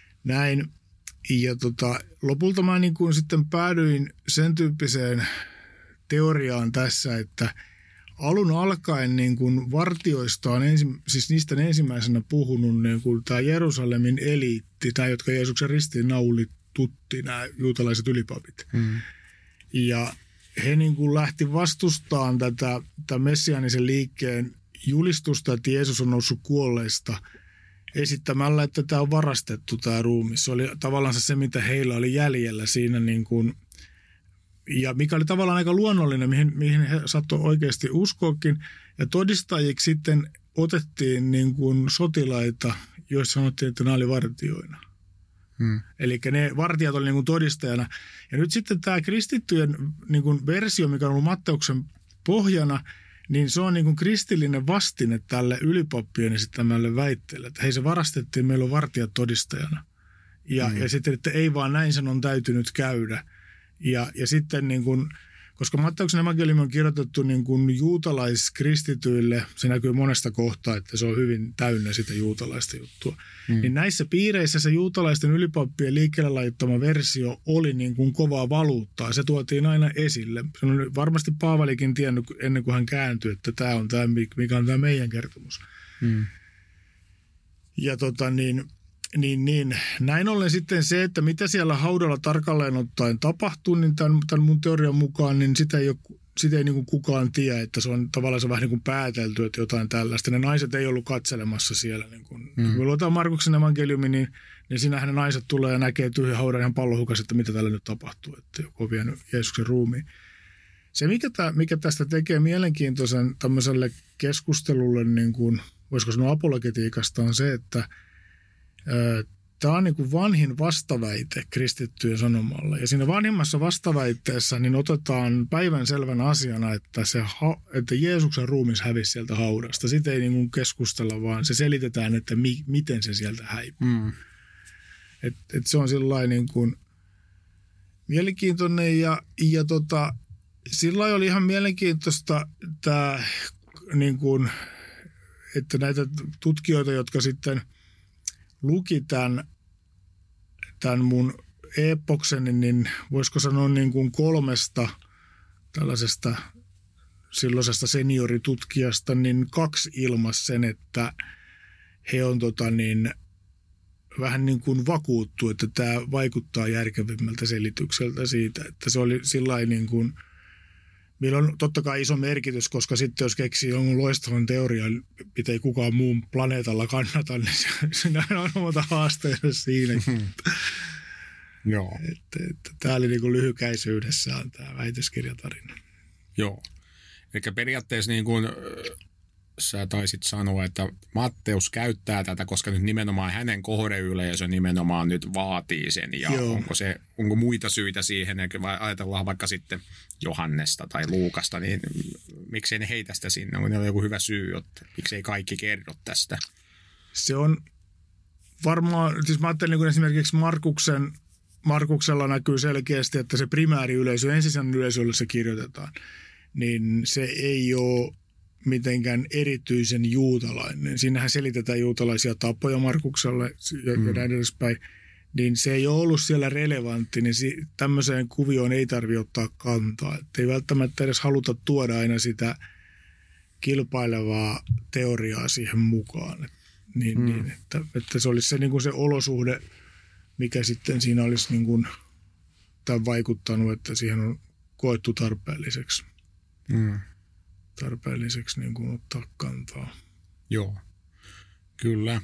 näin. Ja tota, lopulta mä niin kuin sitten päädyin sen tyyppiseen teoria on tässä, että alun alkaen niin kuin vartioista on ensi, siis niistä on ensimmäisenä puhunut niin kuin tämä Jerusalemin eliitti, tämä, jotka Jeesuksen ristiin naulitutti, nämä juutalaiset ylipapit. Hmm. Ja he niin kuin lähti vastustamaan tätä, tätä messiaanisen liikkeen julistusta, että Jeesus on noussut kuolleista esittämällä, että tämä on varastettu tämä ruumi. Se oli tavallaan se, mitä heillä oli jäljellä siinä niin kuin, ja mikä oli tavallaan aika luonnollinen, mihin, mihin he saattoi oikeasti uskoakin. Ja todistajiksi sitten otettiin niin kuin sotilaita, joissa sanottiin, että nämä oli vartijoina. Hmm. Eli ne vartijat oli niin kuin todistajana. Ja nyt sitten tämä kristittyjen niin kuin versio, mikä on ollut Matteuksen pohjana, niin se on niin kuin kristillinen vastine tälle ylipappien esittämälle väitteelle. Että hei, se varastettiin, meillä on vartijat todistajana. Ja, hmm. ja sitten, että ei vaan näin sen on täytynyt käydä. Ja, ja sitten niin kuin, koska Matteuksen evankeliumi on kirjoitettu niin kuin juutalaiskristityille, se näkyy monesta kohtaa, että se on hyvin täynnä sitä juutalaista juttua. Mm. Niin näissä piireissä se juutalaisten ylipappien liikkeelle laittama versio oli niin kuin kovaa valuuttaa. Se tuotiin aina esille. Se on varmasti Paavalikin tiennyt ennen kuin hän kääntyi, että tämä on tämä, mikä on tämä meidän kertomus. Mm. Ja tota niin... Niin, niin. Näin ollen sitten se, että mitä siellä haudalla tarkalleen ottaen tapahtuu, niin tämän, tämän mun teorian mukaan, niin sitä ei, ole, sitä ei niin kuin kukaan tiedä, että se on tavallaan se vähän niin kuin päätelty, että jotain tällaista. Ne naiset ei ollut katselemassa siellä. Niin kuin, mm. Kun luotaan Markuksen evankeliumi, niin, niin siinähän ne naiset tulee ja näkee tyhjän haudan ihan pallohukas, että mitä täällä nyt tapahtuu, että joku on vienyt Jeesuksen ruumiin. Se, mikä, tämä, mikä tästä tekee mielenkiintoisen tämmöiselle keskustelulle, niin kuin, voisiko sanoa apologetiikasta, on se, että tämä on niin kuin vanhin vastaväite kristittyjen sanomalla. Ja siinä vanhimmassa vastaväitteessä niin otetaan päivän selvänä asiana, että, se, että Jeesuksen ruumis hävisi sieltä haudasta. Sitä ei niin kuin keskustella, vaan se selitetään, että mi, miten se sieltä häipyi. Mm. Et, et se on sillain niin kuin mielenkiintoinen ja, ja tota, sillä oli ihan mielenkiintoista tämä, niin kuin, että näitä tutkijoita, jotka sitten luki tämän, tämän mun epokseni, niin voisiko sanoa niin kuin kolmesta tällaisesta silloisesta senioritutkijasta, niin kaksi ilmasi sen, että he on tota niin, vähän niin kuin vakuuttu, että tämä vaikuttaa järkevimmältä selitykseltä siitä, että se oli sillain niin kuin, millä on totta kai iso merkitys, koska sitten jos keksii jonkun loistavan teorian, mitä ei kukaan muun planeetalla kannata, niin siinä on omalta haasteensa siinäkin. Joo. Että, että tämä oli niin kuin lyhykäisyydessään tämä väitöskirjatarina. Joo. Eli periaatteessa niin kuin sä taisit sanoa, että Matteus käyttää tätä, koska nyt nimenomaan hänen kohdeyleisö nimenomaan nyt vaatii sen. Ja Joo. onko se, onko muita syitä siihen, vai ajatellaan vaikka sitten Johannesta tai Luukasta, niin miksei ne heitä sitä sinne? Onko ne joku hyvä syy, että miksei kaikki kerro tästä? Se on varmaan, siis mä ajattelin niin esimerkiksi Markuksen, Markuksella näkyy selkeästi, että se primääriyleisö, ensisijainen yleisö, jolle se kirjoitetaan, niin se ei ole mitenkään erityisen juutalainen. Siinähän selitetään juutalaisia tapoja Markukselle ja, mm. ja näin edespäin. Niin se ei ole ollut siellä relevantti, niin si- tämmöiseen kuvioon ei tarvitse ottaa kantaa. Että ei välttämättä edes haluta tuoda aina sitä kilpailevaa teoriaa siihen mukaan. Et, niin, mm. niin, että, että se olisi se, niin kuin se olosuhde, mikä sitten siinä olisi niin kuin, tai vaikuttanut, että siihen on koettu tarpeelliseksi. Mm. tarpeelliseksi niin kuin ottaa kantaa. Joo, kyllä.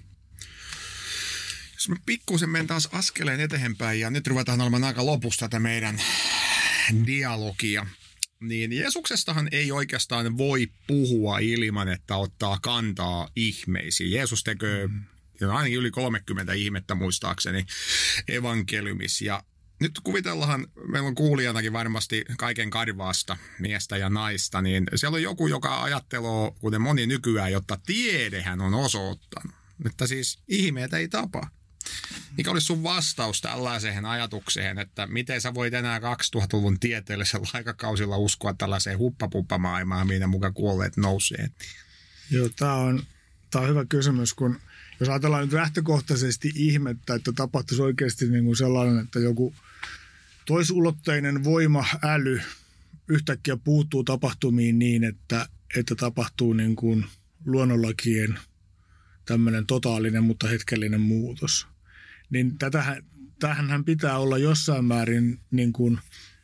Jos me pikkuisen menen taas askeleen eteenpäin ja nyt ruvetaan olemaan aika lopussa tätä meidän dialogia, niin Jeesuksestahan ei oikeastaan voi puhua ilman, että ottaa kantaa ihmeisiin. Jeesus tekee mm. ainakin yli kolmekymmentä ihmettä muistaakseni evankeliumissa ja nyt kuvitellaan, meillä on kuulijanakin varmasti kaiken karvaasta miestä ja naista, niin siellä on joku, joka ajattelee, kuten moni nykyään, jotta tiedehän on osoittanut, että siis ihmeet ei tapa. Mikä olisi sun vastaus tällaiseen ajatukseen, että miten sä voit enää kaksituhattaluvun tieteellisellä aikakausilla uskoa tällaiseen huppapuppamaailmaan, minä mukaan kuolleet nousee? Joo, tämä on, tämä on hyvä kysymys, kun jos ajatellaan nyt lähtökohtaisesti ihmettä, että tapahtuisi oikeasti niin kuin sellainen, että joku toisulotteinen voima, äly yhtäkkiä puuttuu tapahtumiin niin, että, että tapahtuu niin kuin luonnonlakien tämmöinen totaalinen, mutta hetkellinen muutos. Niin tätähän, tämähän pitää olla jossain määrin niin kuin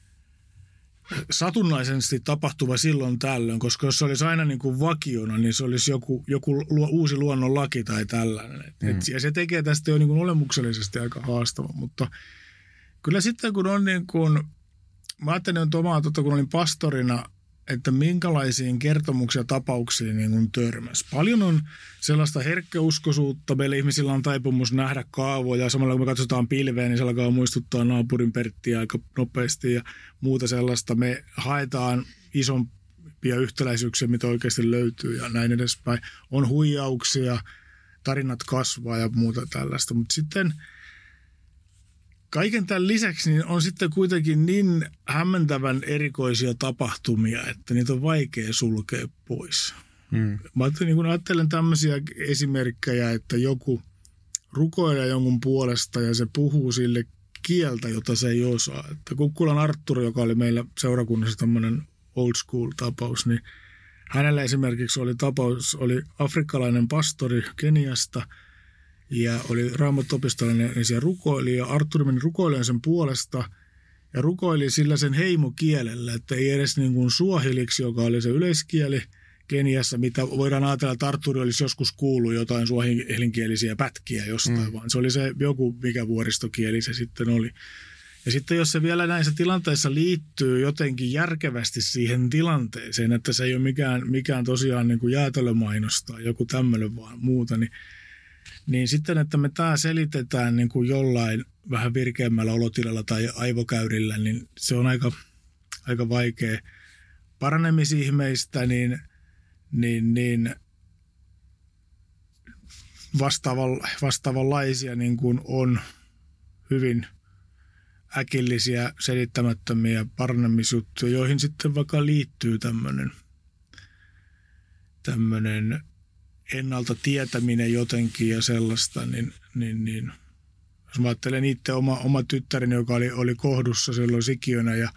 satunnaisesti tapahtuva silloin tällöin, koska jos se olisi aina niin kuin vakiona, niin se olisi joku, joku uusi luonnonlaki tai tällainen. Mm. Et, ja se tekee tästä jo niin kuin olemuksellisesti aika haastavaa, mutta kyllä sitten kun on niin kuin, mä ajattelin nyt omaa, totta, kun olin pastorina, että minkälaisiin kertomuksia tapauksiin niin kuin törmäsi. Paljon on sellaista herkkäuskoisuutta. Meillä ihmisillä on taipumus nähdä kaavoja. Samalla kun me katsotaan pilveä, niin se alkaa muistuttaa naapurin Perttiä aika nopeasti ja muuta sellaista. Me haetaan isompia yhtäläisyyksiä, mitä oikeasti löytyy ja näin edespäin. On huijauksia, tarinat kasvaa ja muuta tällaista. Mutta sitten kaiken tämän lisäksi niin on sitten kuitenkin niin hämmentävän erikoisia tapahtumia, että niitä on vaikea sulkea pois. Hmm. Mä ajattelen, niin ajattelen tämmöisiä esimerkkejä, että joku rukoilee jonkun puolesta ja se puhuu sille kieltä, jota se ei osaa. Että Kukkulan Artturi, joka oli meillä seurakunnassa tämmöinen old school tapaus, niin hänellä esimerkiksi oli tapaus, oli afrikkalainen pastori Keniasta, ja oli raamattuopistollinen, niin siellä rukoili, ja Artturi meni rukoilemaan sen puolesta, ja rukoili sillä sen heimokielellä, että ei edes niin kuin suahiliksi, joka oli se yleiskieli Keniassa, mitä voidaan ajatella, että Artturi olisi joskus kuullut jotain suahilinkielisiä pätkiä jostain, mm. vaan se oli se joku, mikä vuoristokieli se sitten oli. Ja sitten jos se vielä näissä tilanteissa liittyy jotenkin järkevästi siihen tilanteeseen, että se ei ole mikään, mikään tosiaan niin kuin jäätelömainosta tai joku tämmöinen vaan muuta, niin Niin sitten, että me tämä selitetään niin kuin jollain vähän virkeämmällä olotilalla tai aivokäyrillä, niin se on aika, aika vaikea. Paranemisihmeistä, niin, niin, niin vastaavan, vastaavanlaisia niin kuin on hyvin äkillisiä, selittämättömiä paranemisjuttuja, joihin sitten vaikka liittyy tämmöinen tämmöinen ennalta tietäminen jotenkin ja sellaista, niin, niin, niin jos mä ajattelen itse oma, oma tyttäreni, joka oli, oli kohdussa silloin sikiönä ja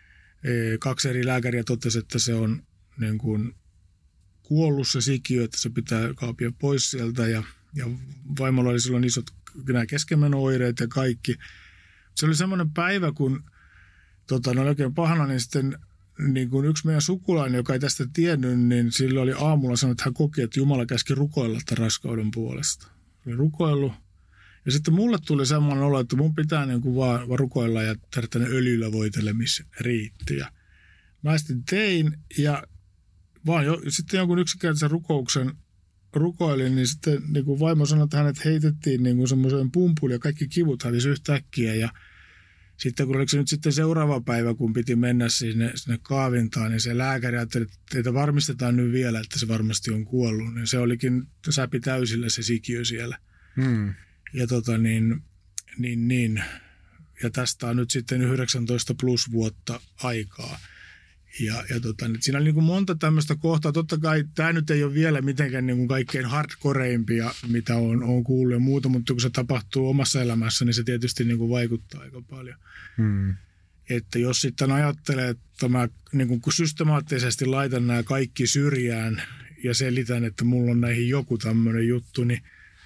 e, kaksi eri lääkäriä totesi, että se on niin kuin kuollut se sikiö, että se pitää kaapia pois sieltä ja, ja vaimolla oli silloin isot nämä keskenmeno-oireet ja kaikki. Se oli semmoinen päivä, kun tota, ne oli oikein pahana, niin sitten niin kuin yksi meidän sukulainen, joka ei tästä tiennyt, niin sillä oli aamulla sanonut, että hän koki, että Jumala käski rukoilla tämän raskauden puolesta. Oli rukoillut. Ja sitten mulle tuli semmoinen olo, että mun pitää niin kuin vaan, vaan rukoilla ja tehdä tänne öljyllä voitelemisriitti. Ja mä sitten tein ja vaan jo, sitten jonkun yksinkertaisen rukouksen rukoilin, niin sitten niin kuin vaimo sanoi, että hänet heitettiin niin kuin semmoiseen pumpuun ja kaikki kivut hävisi yhtäkkiä ja sitten kun oliko se nyt sitten seuraava päivä, kun piti mennä sinne, sinne kaavintaan, niin se lääkäri ajatteli, että teitä varmistetaan nyt vielä, että se varmasti on kuollut. Niin se olikin säpi täysillä se sikiö siellä. Hmm. Ja tota niin, niin, niin. Ja tästä on nyt sitten yhdeksäntoista plus vuotta aikaa. Ja, ja tota, niin siinä oli niin kuin monta tämmöistä kohtaa. Totta kai tämä nyt ei ole vielä mitenkään niin kuin kaikkein hardcoreimpia, mitä on, on kuullut ja muuta, mutta kun se tapahtuu omassa elämässä, niin se tietysti niin kuin vaikuttaa aika paljon. Hmm. Että jos sitten ajattelee, että mä niin kuin systemaattisesti laitan nämä kaikki syrjään ja selitän, että mulla on näihin joku tämmöinen juttu, niin,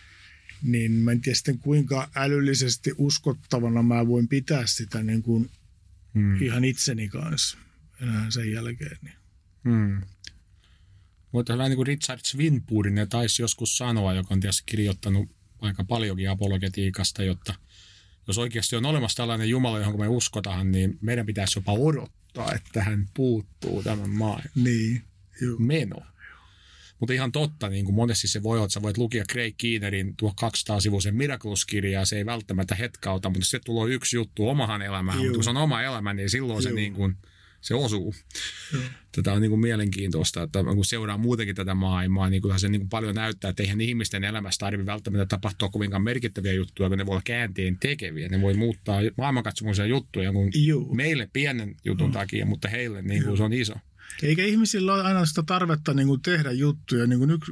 niin mä en tiedä sitten kuinka älyllisesti uskottavana mä voin pitää sitä niin kuin hmm. ihan itseni kanssa. Enää sen jälkeen. Niin. Hmm. Voitaisiin vähän niin kuin Richard Swinburne ne taisi joskus sanoa, joka on tietysti kirjoittanut aika paljonkin apologetiikasta, jotta jos oikeasti on olemassa tällainen Jumala, johon me uskotaan, niin meidän pitäisi jopa odottaa, että hän puuttuu tämän maailman niin, meno. Mutta ihan totta, niin kuin monesti se voi olla, että sä voit lukea Craig Keenerin tuhatkaksisataa-sivuisen Miracles-kirjaa, se ei välttämättä hetkauta, mutta se tulee yksi juttu omahan elämään, Juu. Mutta kun se on oma elämä, niin silloin Juu. se niin kuin se osuu. Joo. Tätä on niin kuin mielenkiintoista, että kun seuraa muutenkin tätä maailmaa, niin kyllähän se niin kuin paljon näyttää, että eihän ihmisten elämässä tarvitse välttämättä tapahtua kovinkaan merkittäviä juttuja, kun ne voi olla käänteen tekeviä. Ne voi muuttaa maailmankatsomuksia juttuja kun meille pienen jutun no. takia, mutta heille niin kuin se on iso. Eikä ihmisillä ole aina sitä tarvetta niin kuin tehdä juttuja. Niin kuin yksi,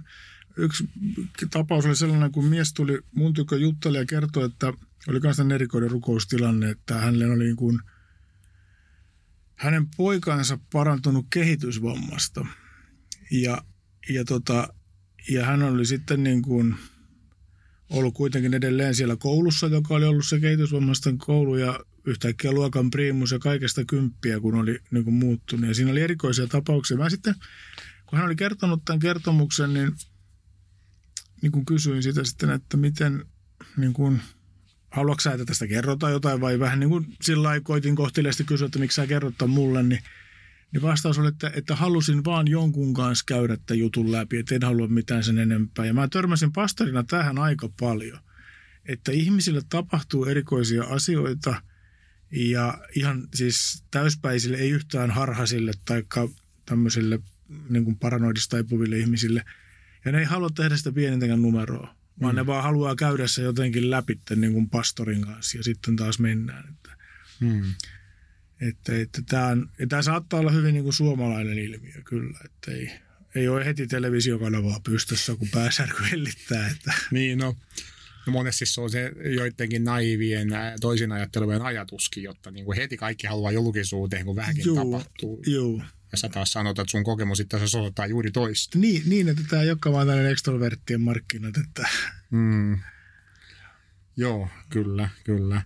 yksi tapaus oli sellainen, kun mies tuli mun tykö jutteli ja kertoi, että oli myös erikoinen rukoustilanne, että hänelle oli niin kuin hänen poikansa parantunut kehitysvammasta. Ja, ja, tota, ja hän oli sitten niin kuin ollut kuitenkin edelleen siellä koulussa, joka oli ollut se kehitysvammaisten koulu ja yhtäkkiä luokan priimus ja kaikesta kymppiä, kun oli niin kuin muuttunut. Ja siinä oli erikoisia tapauksia. Mä sitten, kun hän oli kertonut tämän kertomuksen, niin, niin kuin kysyin sitä sitten, että miten, niin kuin, haluatko sä, että tästä kerrotaan jotain vai vähän niin kuin sillä lailla koitin kohteliaasti kysyä, että miksi sä kerrot mulle, niin Niin vastaus oli, että, että halusin vaan jonkun kanssa käydä tämän jutun läpi, että en halua mitään sen enempää. Ja mä törmäsin pastorina tähän aika paljon, että ihmisille tapahtuu erikoisia asioita ja ihan siis täyspäisille, ei yhtään harhaisille tai tämmöisille niin kuin paranoidista taipuville ihmisille. Ja ne ei halua tehdä sitä pienintäkään numeroa, vaan mm. ne vaan haluaa käydä se jotenkin läpi niin kuin pastorin kanssa ja sitten taas mennään. Että. Mm. Että, että tämä, on, ja tämä saattaa olla hyvin niin kuin suomalainen ilmiö kyllä, että ei, ei ole heti televisiokanavaa pystyssä, kun pääsärky hellittää. Että. Niin, no, no monesti se on se joidenkin naivien toisin ajattelujen ajatuskin, jotta niin kuin heti kaikki haluaa julkisuuteen, kun vähänkin juu, tapahtuu. Juu. Ja sä taas sanot, että sun kokemus itse asiassa osoittaa juuri toista. Niin, niin että tämä ei olekaan vaan tällainen ekstroverttien markkinat. Että. Mm. Joo, kyllä, kyllä.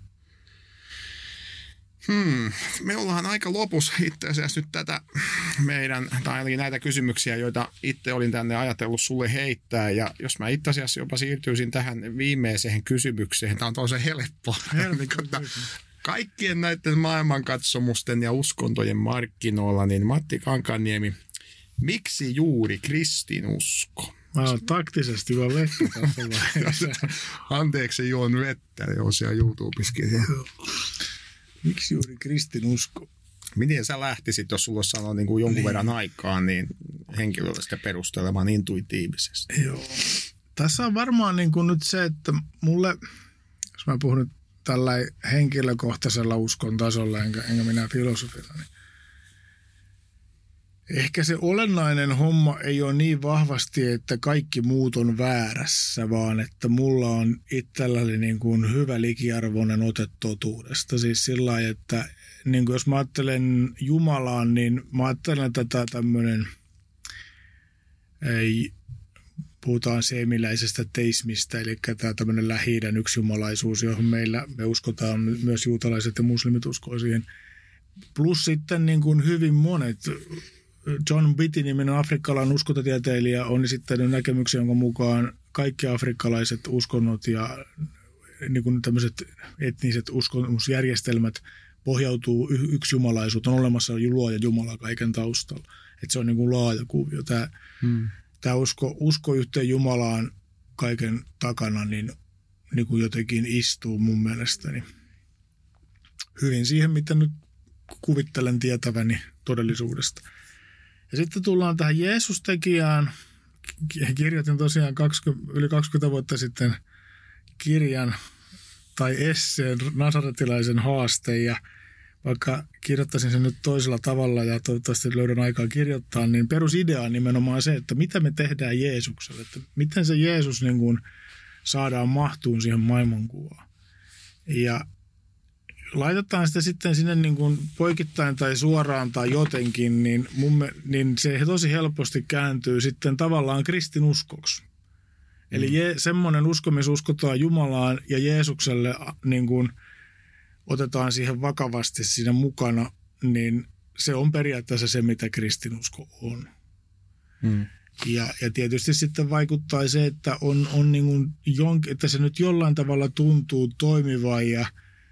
Hmm. Me ollaan aika lopussa itse asiassa nyt tätä meidän, tai ainakin näitä kysymyksiä, joita itse olin tänne ajatellut sulle heittää. Ja jos mä itse asiassa jopa siirtyisin tähän viimeiseen kysymykseen, tämä on tosi helppo. Kaikkien näiden maailmankatsomusten ja uskontojen markkinoilla, niin Matti Kankaanniemi, miksi juuri kristinusko? Mä oon taktisesti vaan vettä tässä vaiheessa. Anteeksi, juon vettä, joo siellä YouTubessakin. Miksi juuri kristinusko? Miten sä lähtisit, jos sulla sanoo niin kuin jonkun niin. verran aikaa, niin henkilöllistä perustelemaan intuitiivisesti? Joo. Tässä on varmaan niin kuin nyt se, että mulle, jos mä puhun nyt tällä henkilökohtaisella uskon tasolla, enkä, enkä minä filosofina, niin ehkä se olennainen homma ei ole niin vahvasti, että kaikki muut on väärässä, vaan että mulla on itselläni niin kuin hyvä likiarvoinen ote totuudesta. Siis sillä lailla, että niin kuin jos mä ajattelen Jumalaan, niin mä ajattelen tätä tämmöinen, ei, puhutaan seemiläisestä teismistä, eli tämä tämmöinen Lähi-idän yksijumalaisuus, johon meillä me uskotaan, myös juutalaiset ja muslimit uskoo siihen. Plus sitten niin kuin hyvin monet. John Beatty-niminen afrikkalainen uskontotieteilijä on esittänyt näkemyksen, jonka mukaan kaikki afrikkalaiset uskonnot ja niin kuin tämmöiset etniset uskomusjärjestelmät pohjautuu y- yksi jumalaisuuteen. On olemassa luoja Jumala kaiken taustalla. Että se on niin kuin laaja kuvio. Tämä, hmm. tämä usko, usko yhteen Jumalaan kaiken takana niin, niin kuin jotenkin istuu mun mielestäni hyvin siihen, mitä nyt kuvittelen tietäväni todellisuudesta. Ja sitten tullaan tähän Jeesus-tekijään. Kirjoitin tosiaan kaksikymmentä, yli kaksikymmentä vuotta sitten kirjan tai esseen Nasaretilaisen haaste. Ja vaikka kirjoittaisin sen nyt toisella tavalla ja toivottavasti löydän aikaa kirjoittaa, niin perusidea on nimenomaan se, että mitä me tehdään Jeesukselle. Että miten se Jeesus niin kuin saadaan mahtuun siihen maailmankuvaan. Ja laitetaan sitä sitten sinne niin kuin poikittain tai suoraan tai jotenkin, niin, mun, niin se tosi helposti kääntyy sitten tavallaan kristinuskoksi. Mm. Eli je, semmoinen usko, missä uskotaan Jumalaan ja Jeesukselle niin kuin otetaan siihen vakavasti siinä mukana, niin se on periaatteessa se, mitä kristinusko on. Mm. Ja, ja tietysti sitten vaikuttaa se, että, on, on niin kuin jon, että se nyt jollain tavalla tuntuu toimivan ja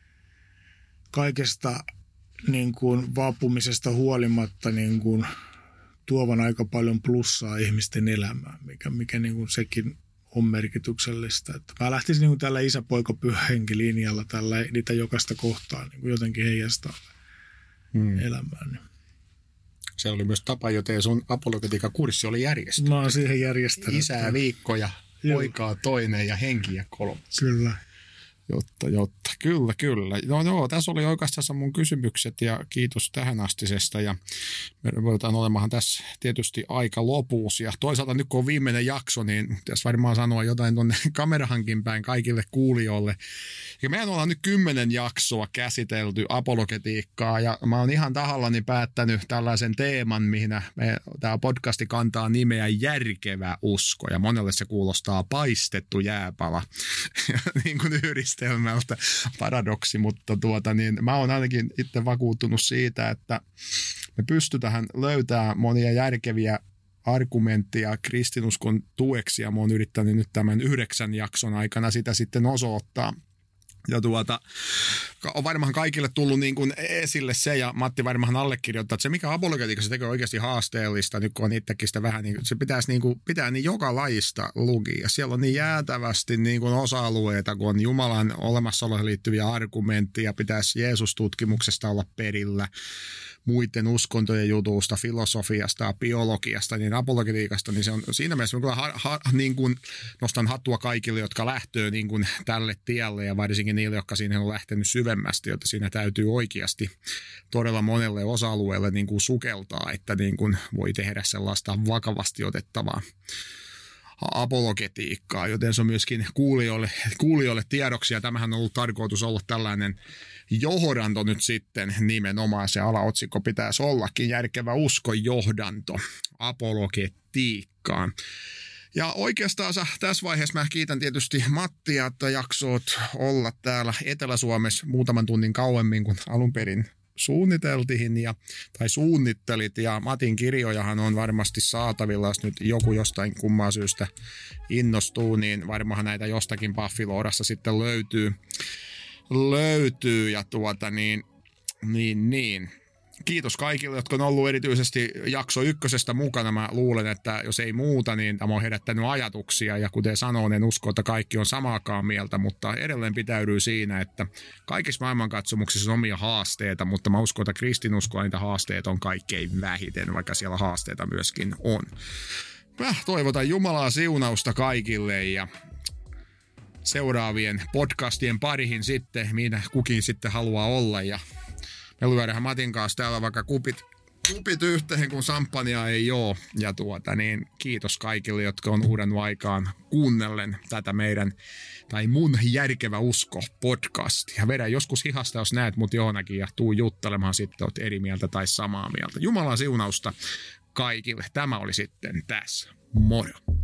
kaikesta niin kuin vaapumisesta huolimatta niin kuin tuovan aika paljon plussaa ihmisten elämään, mikä, mikä niin kuin sekin on merkityksellistä. Että mä lähtisin niin kuin tällä isä-poika-pyhä-henki-linjalla tällä niitä jokaista kohtaa niin kuin jotenkin heijastaa hmm. elämään. Se oli myös tapa, joten sun apologetiikka-kurssi oli järjestetty. Mä oon siihen järjestänyt. Isää viikko ja poikaa toinen ja henkiä kolmas. Kyllä. Jotta, jotta. Kyllä, kyllä. No joo, tässä oli oikeastaan mun kysymykset ja kiitos tähän astisesta. Ja me voidaan olemahan tässä tietysti aika lopussa. Ja toisaalta nyt kun on viimeinen jakso, niin pitäisi varmaan sanoa jotain tuonne kamerahankin päin kaikille kuulijoille. Ja mehän ollaan nyt kymmenen jaksoa käsitelty apologetiikkaa ja mä oon ihan tahallani päättänyt tällaisen teeman, mihin tämä podcasti kantaa nimeä järkevä usko. Ja monelle se kuulostaa paistettu jääpala. niin kuin yhdistelmältä paradoksi, mutta tuota, niin mä oon ainakin itse vakuuttunut siitä, että me pystytään löytämään monia järkeviä argumentteja kristinuskon tueksi, ja mä oon yrittänyt nyt tämän yhdeksän jakson aikana sitä sitten osoittaa. Ja tuota, on varmaan kaikille tullut niin kuin esille se, ja Matti varmaan allekirjoittaa, että se mikä apologetiikassa tekee oikeasti haasteellista, nyt kun on itsekin sitä vähän, niin se pitäisi niin kuin, pitää niin joka lajista lukia. Siellä on niin jäätävästi niin kuin osa-alueita, kun on Jumalan olemassaoloon liittyviä argumentteja, pitäisi Jeesus-tutkimuksesta olla perillä, muiden uskontojen jutusta, filosofiasta, biologiasta, niin apologetiikasta, niin se on siinä mielessä mä kyllä ha, ha, niin kuin nostan hattua kaikille, jotka lähtöö niin kuin tälle tielle, ja varsinkin niille, jotka siinä on lähtenyt syvemmästi, jotta siinä täytyy oikeasti todella monelle osa-alueelle niin kuin sukeltaa, että niin kuin voi tehdä sellaista vakavasti otettavaa apologetiikkaa, joten se on myöskin kuulijoille, kuulijoille tiedoksi, ja tämähän on ollut tarkoitus olla tällainen johdanto nyt sitten nimenomaan, se alaotsikko pitäisi ollakin, järkevä uskon johdanto apologetiikkaan. Ja oikeastaan tässä vaiheessa mä kiitän tietysti Mattia, että jaksoit olla täällä Etelä-Suomessa muutaman tunnin kauemmin kuin alun perin suunniteltiin ja, tai suunnittelit, ja Matin kirjojahan on varmasti saatavilla, jos nyt joku jostain kummaa syystä innostuu, niin varmaan näitä jostakin Paffiloodassa sitten löytyy, löytyy ja tuota niin, niin, niin. Kiitos kaikille, jotka on ollut erityisesti jakso ykkösestä mukana. Mä luulen, että jos ei muuta, niin tämä on herättänyt ajatuksia. Ja kuten sanoin, en usko, että kaikki on samaakaan mieltä, mutta edelleen pitäydyy siinä, että kaikissa maailmankatsomuksissa on omia haasteita, mutta mä uskon, että kristinuskoa niitä haasteita on kaikkein vähiten, vaikka siellä haasteita myöskin on. Mä toivotan Jumalaa siunausta kaikille ja seuraavien podcastien parihin sitten, minä kukin sitten haluaa olla, ja me lyödään Matin kanssa täällä vaikka kupit, kupit yhteen, kun samppania ei ole. Ja tuota, niin kiitos kaikille, jotka on uhrannut aikaan kuunnellen tätä meidän, tai mun järkevä usko podcastia. Vedä joskus hihasta, jos näet mut johonkin, ja tuu juttelemaan sitten, oot eri mieltä tai samaa mieltä. Jumalan siunausta kaikille. Tämä oli sitten tässä. Moro!